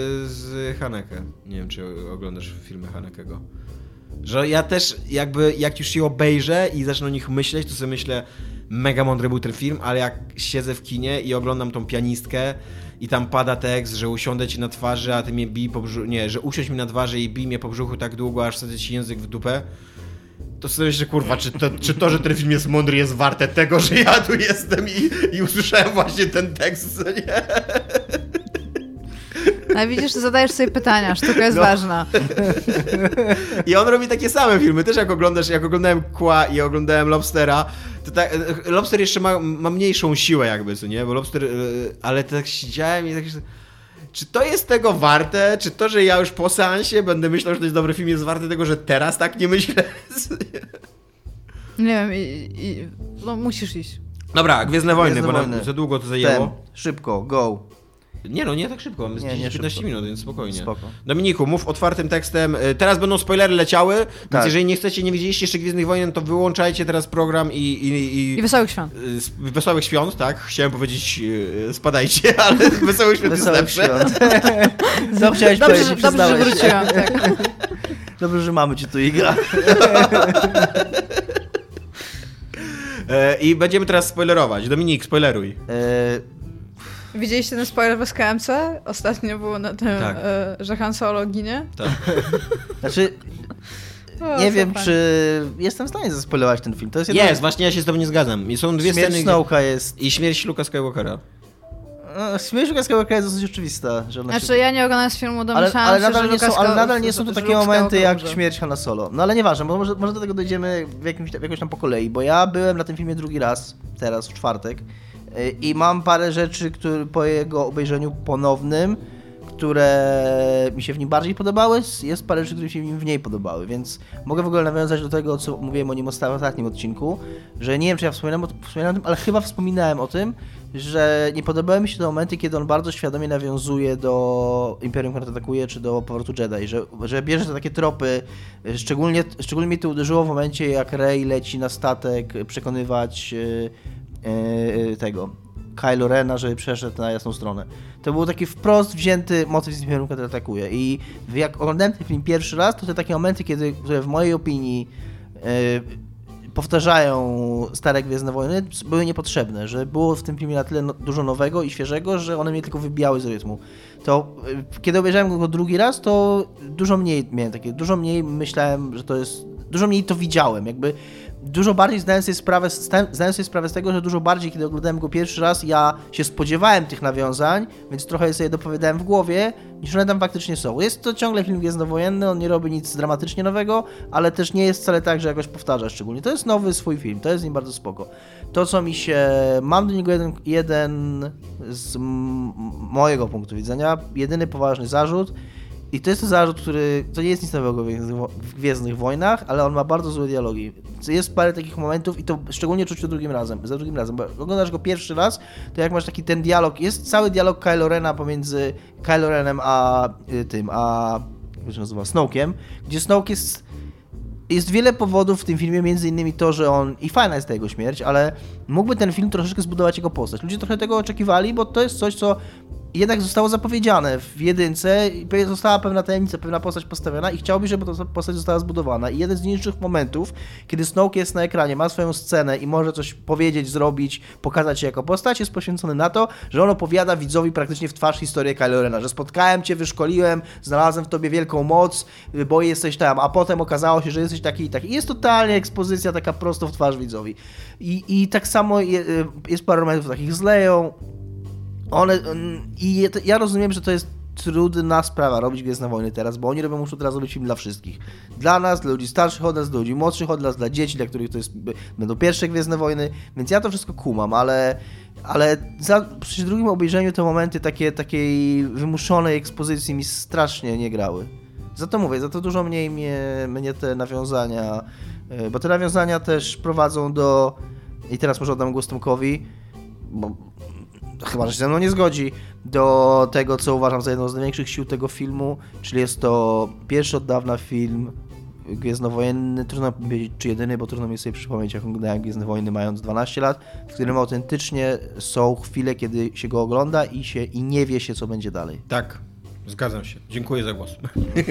z Haneke. Nie wiem, czy oglądasz filmy Hanekego. Że ja też jakby, jak już się obejrzę i zacznę o nich myśleć, to sobie myślę, mega mądry był ten film, ale jak siedzę w kinie i oglądam tą pianistkę i tam pada tekst, że usiądę ci na twarzy, a ty mnie bij po brzuchu, nie, że usiądź mi na twarzy i bij mnie po brzuchu tak długo, aż wsadzę ci język w dupę, to sobie myślę, kurwa, czy to, czy to, że ten film jest mądry, jest warte tego, że ja tu jestem i, i usłyszałem właśnie ten tekst, co nie? Ale widzisz, zadajesz sobie pytania, sztuka jest No. ważna. I on robi takie same filmy, też jak oglądasz, jak oglądałem Kła i oglądałem Lobstera, to tak, Lobster jeszcze ma, ma mniejszą siłę jakby, co nie, bo Lobster, yy, ale tak siedziałem i tak się... Czy to jest tego warte? Czy to, że ja już po seansie będę myślał, że to jest dobry film, jest warte tego, że teraz tak nie myślę? Nie wiem, i, i no musisz iść. Dobra, Gwiezdne Wojny, Gwiezdne bo Wojny. nam za długo to Tem, zajęło. szybko, go. Nie no, nie tak szybko, mamy Nie, nie dziesięć piętnaście szybko. minut, więc spokojnie. Spoko. Dominiku, mów otwartym tekstem. Y, Teraz będą spoilery leciały, więc Tak. jeżeli nie chcecie, nie widzieliście jeszcze Gwiezdnych Wojen, to wyłączajcie teraz program i... i, i I wesołych świąt. y, z- Wesołych świąt, tak? Chciałem powiedzieć y, spadajcie, ale Wesołych świąt jest Wesołych lepsze. świąt. Co chciałeś Dobrze, powiedzieć, że, dobrze, że przyznałeś się. wróciłam, tak. Dobrze, że mamy cię tu, Iga. E, I będziemy teraz spoilerować. Dominik, spoileruj. E, Widzieliście ten spoiler w S K M C? Ostatnio było na tym, Tak. e, że Han Solo ginie. Tak. znaczy, O, nie co wiem, fajnie. czy jestem w stanie zaspoilować ten film. To jest, Jest, właśnie ja się z tobą nie zgadzam. I są dwie Śmierć sceny... Snowka jest... I śmierć Luka Skywalkera. No, śmierć Luka Skywalkera jest dosyć oczywista. Że ona się... Znaczy, ja nie oglądam z filmu, ale, domyślałam ale, się, nadal że nie są, Luka ale Sky- nadal nie są to że takie Luke momenty Skywalker jak umrze. śmierć Hanna Solo. No ale nieważne, bo może, może do tego dojdziemy w jakimś, jakoś tam po kolei, bo ja byłem na tym filmie drugi raz, teraz w czwartek yy, i mam parę rzeczy, które po jego obejrzeniu ponownym, które mi się w nim bardziej podobały, jest parę rzeczy, które mi się w nim mniej podobały, więc mogę w ogóle nawiązać do tego, co mówiłem o nim w ostatnim odcinku, że nie wiem, czy ja wspominałem o, wspominałem o tym, ale chyba wspominałem o tym, że nie podobały mi się te momenty, kiedy on bardzo świadomie nawiązuje do Imperium kontratakuje, czy do Powrotu Jedi, że, że bierze te takie tropy, szczególnie, szczególnie mnie to uderzyło w momencie, jak Rey leci na statek przekonywać yy, yy, tego Kylo Rena, żeby przeszedł na jasną stronę. To był taki wprost wzięty motyw z Imperium kontratakuje i jak oglądałem ten film pierwszy raz, to te takie momenty, kiedy, które w mojej opinii yy, powtarzają stare Gwiezdne Wojny, były niepotrzebne, że było w tym filmie na tyle no, dużo nowego i świeżego, że one mnie tylko wybijały z rytmu. To yy, kiedy obejrzałem go drugi raz, to dużo mniej miałem takie, dużo mniej myślałem, że to jest, dużo mniej to widziałem, jakby dużo bardziej zdałem sobie sprawę, zdałem sobie sprawę z tego, że dużo bardziej, kiedy oglądałem go pierwszy raz, ja się spodziewałem tych nawiązań, więc trochę sobie dopowiadałem w głowie, niż one tam faktycznie są. Jest to ciągle film gwiezdnowojenny, on nie robi nic dramatycznie nowego, ale też nie jest wcale tak, że jakoś powtarza szczególnie. To jest nowy swój film, to jest nim bardzo spoko. To, co mi się... Mam do niego jeden, jeden z m- mojego punktu widzenia, jedyny poważny zarzut, i to jest to zarzut, który, to nie jest nic nowego w Gwiezdnych Wojnach, ale on ma bardzo złe dialogi. Jest parę takich momentów i to szczególnie czuć to drugim razem, za drugim razem, bo oglądasz go pierwszy raz, to jak masz taki ten dialog, jest cały dialog Kylo Rena pomiędzy Kylo Renem a y, tym, a jak się nazywa, Snoke'iem, gdzie Snoke jest, jest wiele powodów w tym filmie, między innymi to, że on, i fajna jest ta jego śmierć, ale mógłby ten film troszeczkę zbudować jego postać. Ludzie trochę tego oczekiwali, bo to jest coś, co jednak zostało zapowiedziane w jedynce, została pewna tajemnica, pewna postać postawiona i chciałby, żeby ta postać została zbudowana. I jeden z niższych momentów, kiedy Snoke jest na ekranie, ma swoją scenę i może coś powiedzieć, zrobić, pokazać się jako postać, jest poświęcony na to, że on opowiada widzowi praktycznie w twarz historię Kylo Rena, że spotkałem cię, wyszkoliłem, znalazłem w tobie wielką moc, bo jesteś tam, a potem okazało się, że jesteś taki i taki. I jest totalnie ekspozycja taka prosto w twarz widzowi. I, i tak samo je, jest parę momentów takich z Leją. One, i ja rozumiem, że to jest trudna sprawa robić Gwiezdne Wojny teraz, bo oni robią, muszą teraz robić film dla wszystkich. Dla nas, dla ludzi starszych od nas, dla ludzi młodszych od nas, dla dzieci, dla których to jest, będą pierwsze Gwiezdne Wojny, więc ja to wszystko kumam, ale, ale za, przy drugim obejrzeniu te momenty takie, takiej wymuszonej ekspozycji mi strasznie nie grały. Za to mówię, za to dużo mniej mnie, mnie te nawiązania, bo te nawiązania też prowadzą do, i teraz może oddam głos Tomkowi, bo chyba, że się ze mną nie zgodzi, do tego, co uważam za jedną z największych sił tego filmu, czyli jest to pierwszy od dawna film gwiezdnowojenny, trudno powiedzieć czy jedyny, bo trudno mi sobie przypomnieć, jak oglądałem Gwiezdne Wojny mając dwanaście lat, w którym autentycznie są chwile, kiedy się go ogląda i, się, i nie wie się, co będzie dalej. Tak. Zgadzam się. Dziękuję za głos.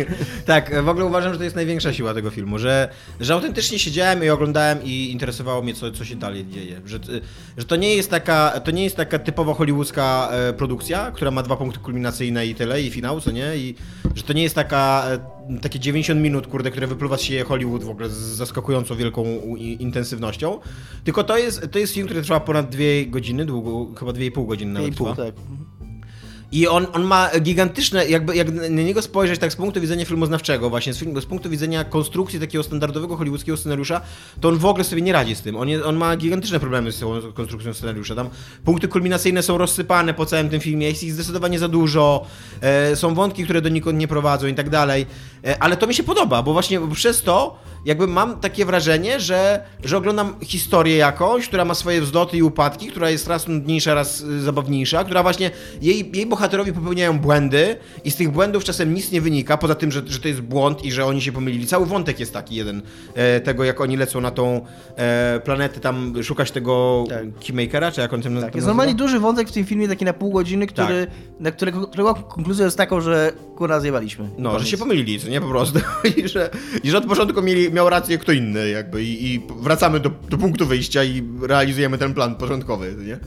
Tak, w ogóle uważam, że to jest największa siła tego filmu, że, że autentycznie siedziałem i oglądałem i interesowało mnie, co, co się dalej dzieje. Że, że to nie jest taka, to nie jest taka typowo hollywoodzka e, produkcja, która ma dwa punkty kulminacyjne i tyle, i finał, co nie? I że to nie jest taka, e, takie dziewięćdziesiąt minut, kurde, które wypluwa się Hollywood w ogóle z zaskakująco wielką i, intensywnością, tylko to jest, to jest film, który trwa ponad dwie godziny, długo, chyba dwie i pół godziny nawet Dwie i pół, trwa. tak. I on, on ma gigantyczne, jakby jak na niego spojrzeć tak z punktu widzenia filmoznawczego, właśnie z, film, z punktu widzenia konstrukcji takiego standardowego hollywoodzkiego scenariusza, to on w ogóle sobie nie radzi z tym. On, je, on ma gigantyczne problemy z tą konstrukcją scenariusza. Tam punkty kulminacyjne są rozsypane po całym tym filmie, jest ich zdecydowanie za dużo, e, są wątki, które do nikąd nie prowadzą i tak dalej. E, ale to mi się podoba, bo właśnie przez to jakby mam takie wrażenie, że, że oglądam historię jakąś, która ma swoje wzloty i upadki, która jest raz nudniejsza, raz zabawniejsza, która właśnie jej, jej bohaterowie popełniają błędy i z tych błędów czasem nic nie wynika, poza tym, że, że to jest błąd i że oni się pomylili. Cały wątek jest taki jeden, e, tego jak oni lecą na tą e, planetę tam szukać tego tak. Keymakera, czy jak on tym tak, nazywa? Jest normalnie duży wątek w tym filmie, taki na pół godziny, który, tak. na którego, którego konkluzja jest taką, że kurwa zjebaliśmy. No, że nic. się pomylili, co nie po prostu. I że, i że od początku mieli, miał rację kto inny jakby i, i wracamy do, do punktu wyjścia i realizujemy ten plan początkowy, nie?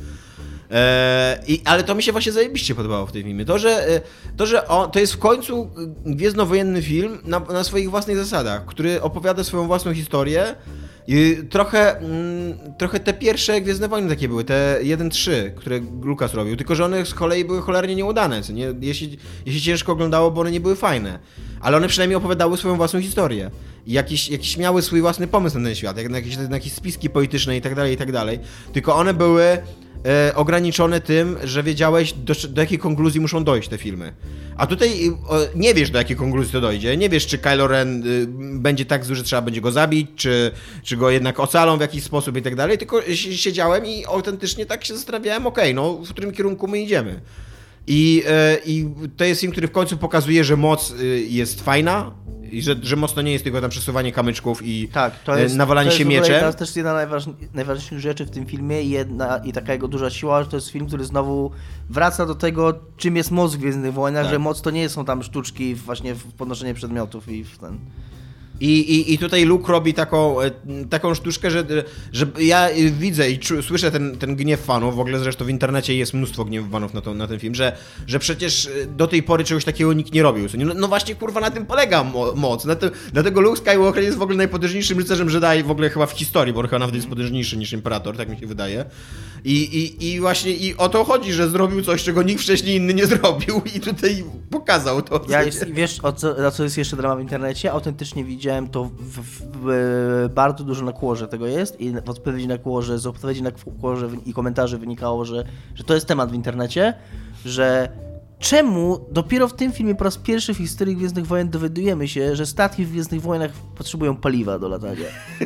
I, ale to mi się właśnie zajebiście podobało w tym filmie. To, że, to, że on, to jest w końcu gwiezdnowojenny film na, na swoich własnych zasadach, który opowiada swoją własną historię. I trochę, mm, trochę te pierwsze Gwiezdne Wojny takie były, te jeden trzy, które Lucas robił, tylko że one z kolei były cholernie nieudane, co nie? Jeśli, jeśli ciężko oglądało, bo one nie były fajne. Ale one przynajmniej opowiadały swoją własną historię. I jakiś, jakiś miały swój własny pomysł na ten świat, jak na jakieś, na jakieś spiski polityczne i tak dalej, i tak dalej. Tylko one były e, ograniczone tym, że wiedziałeś, do, do jakiej konkluzji muszą dojść te filmy. A tutaj e, nie wiesz, do jakiej konkluzji to dojdzie. Nie wiesz, czy Kylo Ren e, będzie tak zły, że trzeba będzie go zabić, czy, czy go jednak ocalą w jakiś sposób i tak dalej. Tylko siedziałem i autentycznie tak się zastanawiałem, okej, okay, no w którym kierunku my idziemy. I, e, I to jest film, który w końcu pokazuje, że moc e, jest fajna, i że, że moc to nie jest tylko tam przesuwanie kamyczków i tak, to jest, nawalanie to jest się mieczem. To jest też jedna z najważniejszych rzeczy w tym filmie i, jedna, i taka jego duża siła, że to jest film, który znowu wraca do tego, czym jest moc w Gwiezdnych Wojnach, tak. Że moc to nie są tam sztuczki właśnie w podnoszenie przedmiotów i w ten... I, i, I tutaj Luke robi taką, taką sztuczkę, że, że ja widzę i czu, słyszę ten, ten gniew fanów, w ogóle zresztą w internecie jest mnóstwo gniewu fanów na, to, na ten film, że, że przecież do tej pory czegoś takiego nikt nie robił. No, no właśnie, kurwa, na tym polega mo- moc. Na tym, dlatego Luke Skywalker jest w ogóle najpotężniejszym rycerzem Jedi w ogóle chyba w historii, bo on chyba nawet jest potężniejszy niż Imperator, tak mi się wydaje. I, i, i właśnie i o to chodzi, że zrobił coś, czego nikt wcześniej inny nie zrobił i tutaj pokazał to. Ja jest, wiesz, o co, o co jest jeszcze drama w internecie? Autentycznie widziałem to w, w, w, bardzo dużo na Quorze tego jest i w odpowiedzi na Quorze, z odpowiedzi na Quorze i komentarzy wynikało, że, że to jest temat w internecie, że czemu dopiero w tym filmie po raz pierwszy w historii Gwiezdnych Wojen dowiadujemy się, że statki w Gwiezdnych Wojnach potrzebują paliwa do latania.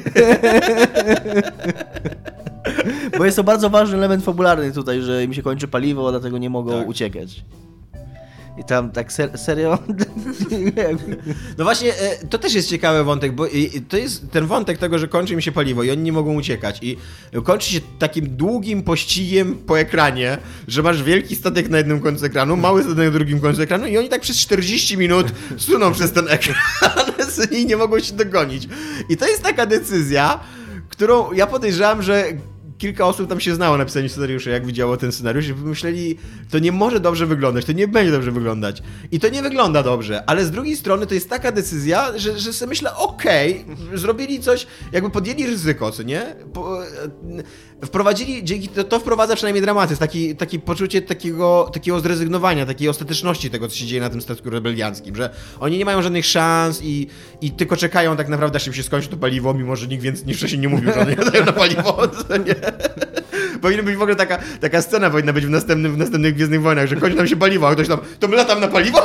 Bo jest to bardzo ważny element fabularny tutaj, że im się kończy paliwo, dlatego nie mogą tak. uciekać. I tam tak ser- serio? No właśnie, to też jest ciekawy wątek, bo to jest ten wątek tego, że kończy im się paliwo i oni nie mogą uciekać i kończy się takim długim pościgiem po ekranie, że masz wielki statek na jednym końcu ekranu, mały statek na drugim końcu ekranu i oni tak przez czterdzieści minut suną przez ten ekran i nie mogą się dogonić. I to jest taka decyzja, którą ja podejrzewam, że kilka osób tam się znało na pisaniu scenariuszy, jak widziało ten scenariusz i pomyśleli, to nie może dobrze wyglądać, to nie będzie dobrze wyglądać. I to nie wygląda dobrze, ale z drugiej strony to jest taka decyzja, że, że sobie myślę, okej, okay, zrobili coś, jakby podjęli ryzyko, co nie? Po, wprowadzili, dzięki to, to wprowadza przynajmniej dramatyzm, taki, taki poczucie takiego, takiego zrezygnowania, takiej ostateczności tego, co się dzieje na tym statku rebelianckim, że oni nie mają żadnych szans i, i tylko czekają tak naprawdę, aż im się skończy to paliwo, mimo że nikt więcej niż wcześniej nie mówił, że oni nadają na paliwo, co nie? Powinna być w ogóle taka, taka scena powinna być w, następnym, w następnych Gwiezdnych Wojnach, że kończy nam się paliwo, a ktoś tam, to my latam na paliwo?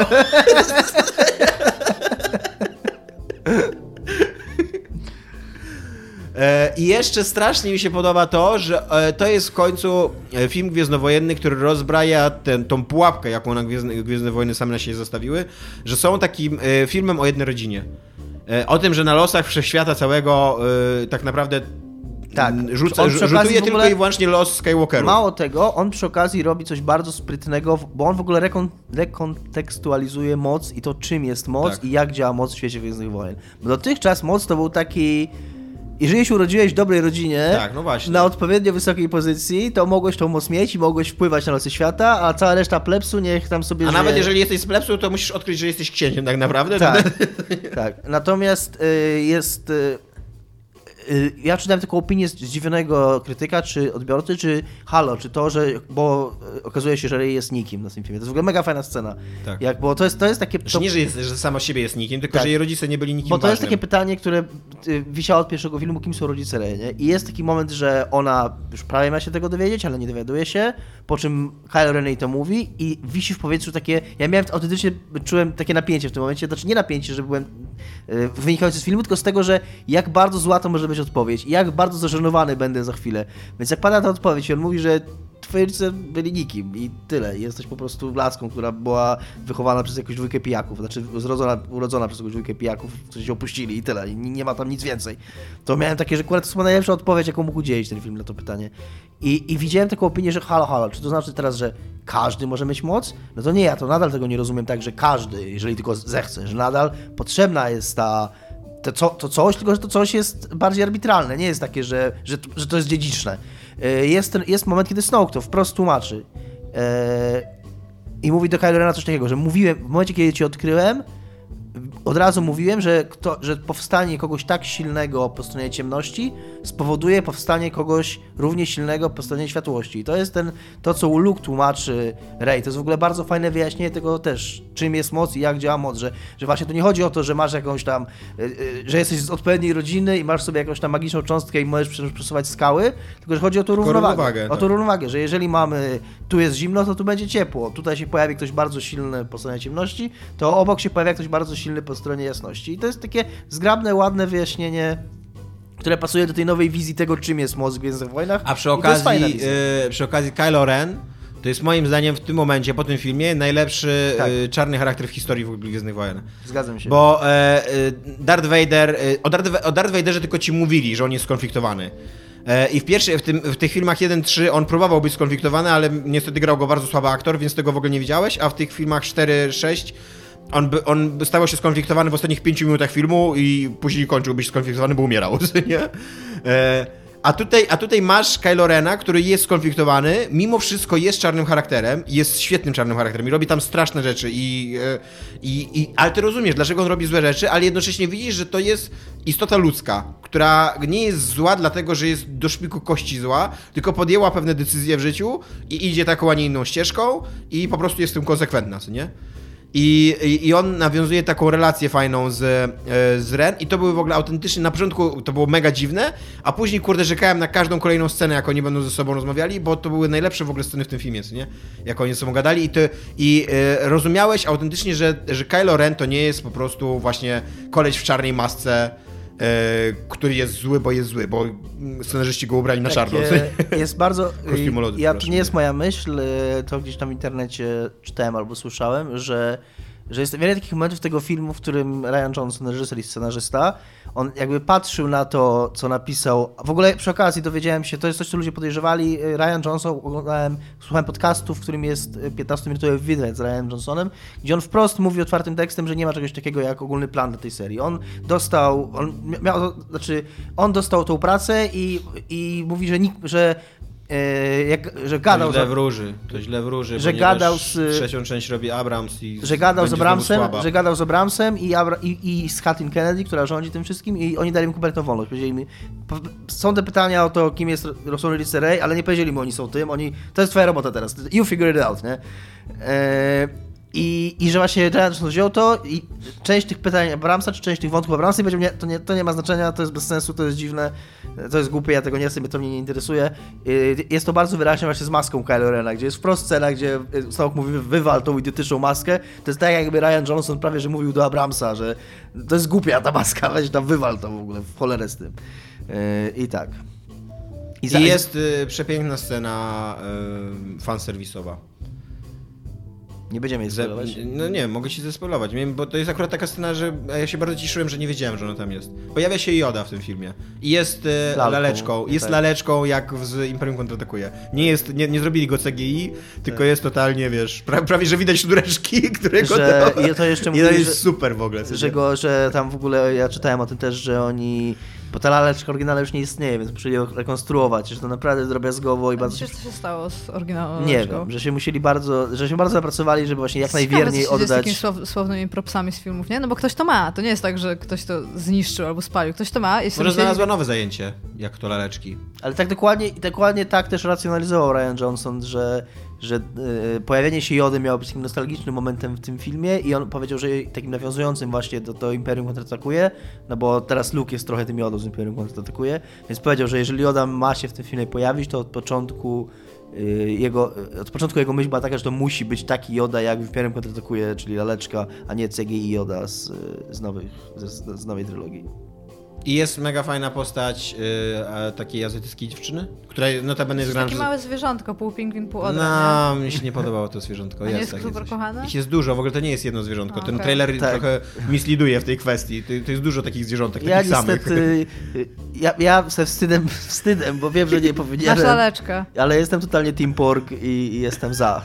I jeszcze strasznie mi się podoba to, że to jest w końcu film gwiezdnowojenny, który rozbraja ten, tą pułapkę, jaką na Gwiezdne, Gwiezdne Wojny same na siebie zostawiły, że są takim filmem o jednej rodzinie. O tym, że na losach wszechświata całego tak naprawdę tak, rzuca, rzutuje tylko i wyłącznie los Skywalkerów. Mało tego, on przy okazji robi coś bardzo sprytnego, bo on w ogóle rekon, rekontekstualizuje moc i to, czym jest moc tak. i jak działa moc w świecie Gwiezdnych Wojen. Bo dotychczas moc to był taki... Jeżeli się urodziłeś w dobrej rodzinie, tak, no właśnie. na odpowiednio wysokiej pozycji, to mogłeś tą moc mieć i mogłeś wpływać na losy świata, a cała reszta plebsu niech tam sobie A żyje. Nawet jeżeli jesteś z plebsu, to musisz odkryć, że jesteś księciem tak naprawdę. Tak, tak. Natomiast y, jest... Y, Ja czytałem taką opinię zdziwionego krytyka, czy odbiorcy, czy halo, czy to, że, bo okazuje się, że Rey jest nikim na tym filmie. To jest w ogóle mega fajna scena. Tak. Jak, bo to jest, to jest takie... To... To... Nie, że, jest, że sama siebie jest nikim, tylko tak. że jej rodzice nie byli nikim Bo to ważnym. jest takie pytanie, które wisiało od pierwszego filmu, kim są rodzice Rey, nie? I jest taki moment, że ona już prawie ma się tego dowiedzieć, ale nie dowiaduje się, po czym Kylo Ren jej to mówi i wisi w powietrzu takie... Ja miałem autentycznie, czułem takie napięcie w tym momencie, znaczy nie napięcie, że byłem wynikające z filmu, tylko z tego, że jak bardzo zła to może być odpowiedź i jak bardzo zażenowany będę za chwilę. Więc jak pada ta odpowiedź i on mówi, że twoi rodzice byli nikim i tyle. I jesteś po prostu laską, która była wychowana przez jakąś dwójkę pijaków, znaczy zrodzona, urodzona przez jakąś dwójkę pijaków, którzy się opuścili i tyle. I nie ma tam nic więcej. To miałem takie, że kurwa, to jest chyba najlepsza odpowiedź, jaką mógł udzielić ten film na to pytanie. I, i widziałem taką opinię, że halo, halo, czy to znaczy teraz, że każdy może mieć moc? No to nie, ja to nadal tego nie rozumiem tak, że każdy, jeżeli tylko zechce, że nadal potrzebna jest ta To, co, to coś, tylko że to coś jest bardziej arbitralne, nie jest takie, że, że, że to jest dziedziczne. Jest, ten, jest moment, kiedy Snoke to wprost tłumaczy i mówi do Kylo Rena coś takiego, że mówiłem, w momencie, kiedy cię odkryłem, od razu mówiłem, że, kto, że powstanie kogoś tak silnego po stronie ciemności spowoduje powstanie kogoś równie silnego po stronie światłości. I to jest ten, to, co Luke tłumaczy Rey. To jest w ogóle bardzo fajne wyjaśnienie tego też, czym jest moc i jak działa moc. Że, że właśnie to nie chodzi o to, że masz jakąś tam, yy, że jesteś z odpowiedniej rodziny i masz sobie jakąś tam magiczną cząstkę i możesz przesuwać skały, tylko że chodzi o tą równowagę. równowagę o tą tak. równowagę, że jeżeli mamy, tu jest zimno, to tu będzie ciepło. Tutaj się pojawi ktoś bardzo silny po stronie ciemności, to obok się pojawia ktoś bardzo silny po stronie jasności. I to jest takie zgrabne, ładne wyjaśnienie, które pasuje do tej nowej wizji tego, czym jest moc w Gwiezdnych Wojnach. A przy okazji, yy, przy okazji Kylo Ren to jest moim zdaniem w tym momencie, po tym filmie, najlepszy tak. yy, czarny charakter w historii w Gwiezdnych Wojen. Zgadzam się. Bo yy, Darth Vader, yy, o, Darth, o Darth Vaderze tylko ci mówili, że on jest skonfliktowany. I w, pierwszy, w, tym, w tych filmach jeden trzy on próbował być skonfliktowany, ale niestety grał go bardzo słaby aktor, więc tego w ogóle nie widziałeś, a w tych filmach cztery sześć on, by, on by stał się skonfliktowany w ostatnich pięciu minutach filmu i później kończył być skonfliktowany, bo umierał, nie? E, a, tutaj, a tutaj masz Kylo Rena, który jest skonfliktowany, mimo wszystko jest czarnym charakterem, jest świetnym czarnym charakterem i robi tam straszne rzeczy i, i, i ale ty rozumiesz, dlaczego on robi złe rzeczy, ale jednocześnie widzisz, że to jest istota ludzka, która nie jest zła dlatego, że jest do szpiku kości zła, tylko podjęła pewne decyzje w życiu i idzie taką, a nie inną ścieżką i po prostu jest w tym konsekwentna, co nie? I, i, I on nawiązuje taką relację fajną z, z Ren i to były w ogóle autentycznie, na początku to było mega dziwne, a później kurde czekałem na każdą kolejną scenę, jak oni będą ze sobą rozmawiali, bo to były najlepsze w ogóle sceny w tym filmie, co nie? Jak oni ze sobą gadali i, ty, i y, rozumiałeś autentycznie, że, że Kylo Ren to nie jest po prostu właśnie koleś w czarnej masce, y, który jest zły, bo jest zły, bo scenarzyści go ubrali na czarno. Jest bardzo... Kostiumolodzy, ja, to nie jest moja myśl, to gdzieś tam w internecie czytałem albo słyszałem, że, że jest wiele takich momentów tego filmu, w którym Rian Johnson, reżyser i scenarzysta, on jakby patrzył na to, co napisał. W ogóle przy okazji dowiedziałem się, to jest coś, co ludzie podejrzewali. Rian Johnson, oglądałem, słuchałem podcastu, w którym jest piętnastominutowy wywiad z Rianem Johnsonem, gdzie on wprost mówi otwartym tekstem, że nie ma czegoś takiego jak ogólny plan dla tej serii. On dostał, on miał, znaczy, on dostał tą pracę i, i mówi, że nikt, że Jak, że gadał to źle za, wróży, to źle wróży, że gadał z, trzecią część robi Abrams i że gadał z Abramsem, słaba. że gadał z Abramsem i, Abra, i, i z Kathleen Kennedy, która rządzi tym wszystkim i oni dali mu kompletną wolność. Powiedzieli mi, są te pytania o to, kim jest Roswell Reese Ray, ale nie powiedzieli mu, oni są tym, oni, to jest twoja robota teraz, you figure it out, nie? Eee, I, I że właśnie Rian Johnson wziął to i część tych pytań Abramsa, czy część tych wątków Abramsa i powiedział, nie to, nie, to nie ma znaczenia, to jest bez sensu, to jest dziwne, to jest głupie, ja tego nie chcę, mnie to mnie nie interesuje. Jest to bardzo wyraźnie właśnie z maską Kylo Rena, gdzie jest wprost scena, gdzie Snoke mówi, wywal tą idiotyczną maskę. To jest tak, jakby Rian Johnson prawie, że mówił do Abramsa, że to jest głupia ta maska, weź tam wywal to w ogóle, w cholerę z tym. I tak. I, I jest y, przepiękna scena y, fanserwisowa. Nie będziemy jej spoilować? No nie, mogę ci zespoilować, bo to jest akurat taka scena, że ja się bardzo cieszyłem, że nie wiedziałem, że ona tam jest. Pojawia się Yoda w tym filmie i jest e, Lalką, laleczką, jest tak. laleczką jak z Imperium Kontratakuje. Nie jest, nie, nie zrobili go C G I, tylko tak. jest totalnie, wiesz, pra, prawie, że widać sztureczki, które go że, I to jeszcze mówili, jest że, super w ogóle. Że, go, że tam w ogóle, ja czytałem o tym też, że oni... Bo ta laleczka oryginalna już nie istnieje, więc musieli ją rekonstruować, że to naprawdę drobiazgowo i bardzo... Wiesz, co się stało z oryginalną Nie laleczką? wiem, że się musieli bardzo, że się bardzo zapracowali, żeby właśnie jak najwierniej Ciekawe, co się oddać... z takimi słownymi propsami z filmów, nie? No bo ktoś to ma, to nie jest tak, że ktoś to zniszczył albo spalił, ktoś to ma. Może znalazła nowe zajęcie, jak to laleczki. Ale tak dokładnie, dokładnie tak też racjonalizował Rian Johnson, że że y, pojawienie się Jody miało być takim nostalgicznym momentem w tym filmie i on powiedział, że takim nawiązującym właśnie do, do Imperium Kontratakuje, no bo teraz Luke jest trochę tym Jodą z Imperium Kontratakuje, więc powiedział, że jeżeli Yoda ma się w tym filmie pojawić, to od początku y, jego, od początku jego myśl była taka, że to musi być taki Yoda jak w Imperium Kontratakuje, czyli laleczka, a nie C G I Yoda z, z, nowych, z, z nowej trylogii. I jest mega fajna postać yy, takiej azjatyckiej dziewczyny, która notabene jest grana... Takie małe zwierzątko, pół pingwin, pół odra, No, mi się nie podobało to zwierzątko. A jest, nie jest tak, super jest, kochane? Ich jest dużo, w ogóle to nie jest jedno zwierzątko. A, Ten okay. trailer tak. trochę misleaduje w tej kwestii. To, to jest dużo takich zwierzątek, ja takich niestety, samych. Ja, ja ze wstydem, wstydem, bo wiem, że nie powinienem. Masz laleczkę. Ale jestem totalnie Team Pork i, i jestem za.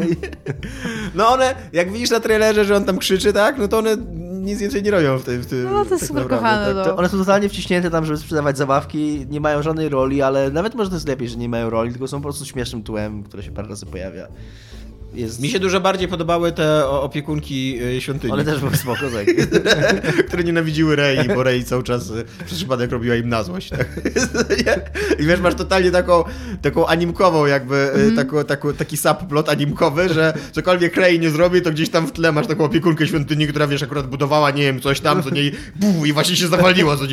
No one, jak widzisz na trailerze, że on tam krzyczy, tak, no to one nic więcej nie robią w tym. W tym no to jest tak super naprawdę, kochane. Tak, to one są totalnie wciśnięte tam, żeby sprzedawać zabawki, nie mają żadnej roli, ale nawet może to jest lepiej, że nie mają roli, tylko są po prostu śmiesznym tłem, które się parę razy pojawia. Jest... Mi się dużo bardziej podobały te opiekunki świątyni. One też były spoko, tak. Które nienawidziły Rey, bo Rey cały czas przez przypadek robiła im na złość. Tak? I wiesz, masz totalnie taką, taką animkową jakby, mm. taką, taką, taki subplot animkowy, że cokolwiek Rey nie zrobi, to gdzieś tam w tle masz taką opiekunkę świątyni, która wiesz, akurat budowała, nie wiem, coś tam, co niej buf, i właśnie się zawaliło, co nie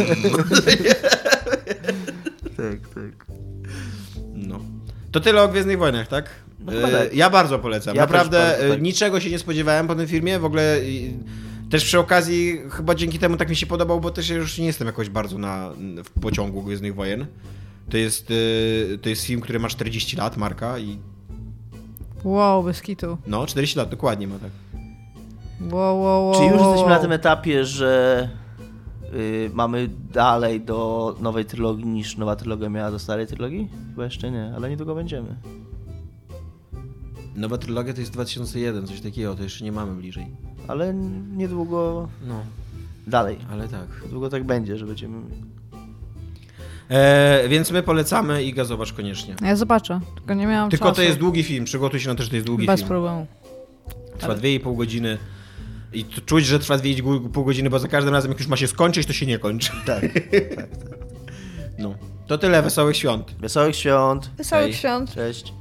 tak, tak. No. To tyle o Gwiezdnych Wojnach, tak? No tak. Ja bardzo polecam. Ja Naprawdę bardzo, tak. niczego się nie spodziewałem po tym filmie. W ogóle też przy okazji chyba dzięki temu tak mi się podobał, bo też ja już nie jestem jakoś bardzo na, w pociągu Gwiezdnych Wojen. To jest, to jest film, który ma czterdzieści lat, marka i... Wow, bez kitu. No, czterdzieści lat, dokładnie ma tak. Wow, wow, wow. Czy już jesteśmy na tym etapie, że y, mamy dalej do nowej trylogii niż nowa trylogia miała do starej trylogii? Chyba jeszcze nie, ale niedługo będziemy. Nowa trylogia to jest dwa tysiące jeden, coś takiego, to jeszcze nie mamy bliżej. ale niedługo No, dalej. ale tak. Długo tak będzie, że będziemy... E, więc my polecamy, Iga, zobacz koniecznie. Ja zobaczę, tylko nie miałam Tylko czasu. to jest długi film, przygotuj się na to, że to jest długi Bez film. problemu. Trwa dwie i pół godziny. I to czuć, że trwa dwie i pół godziny, bo za każdym razem jak już ma się skończyć, to się nie kończy. Tak, tak, tak. No. To tyle, wesołych świąt. Wesołych świąt. Wesołych Hej. świąt. Cześć.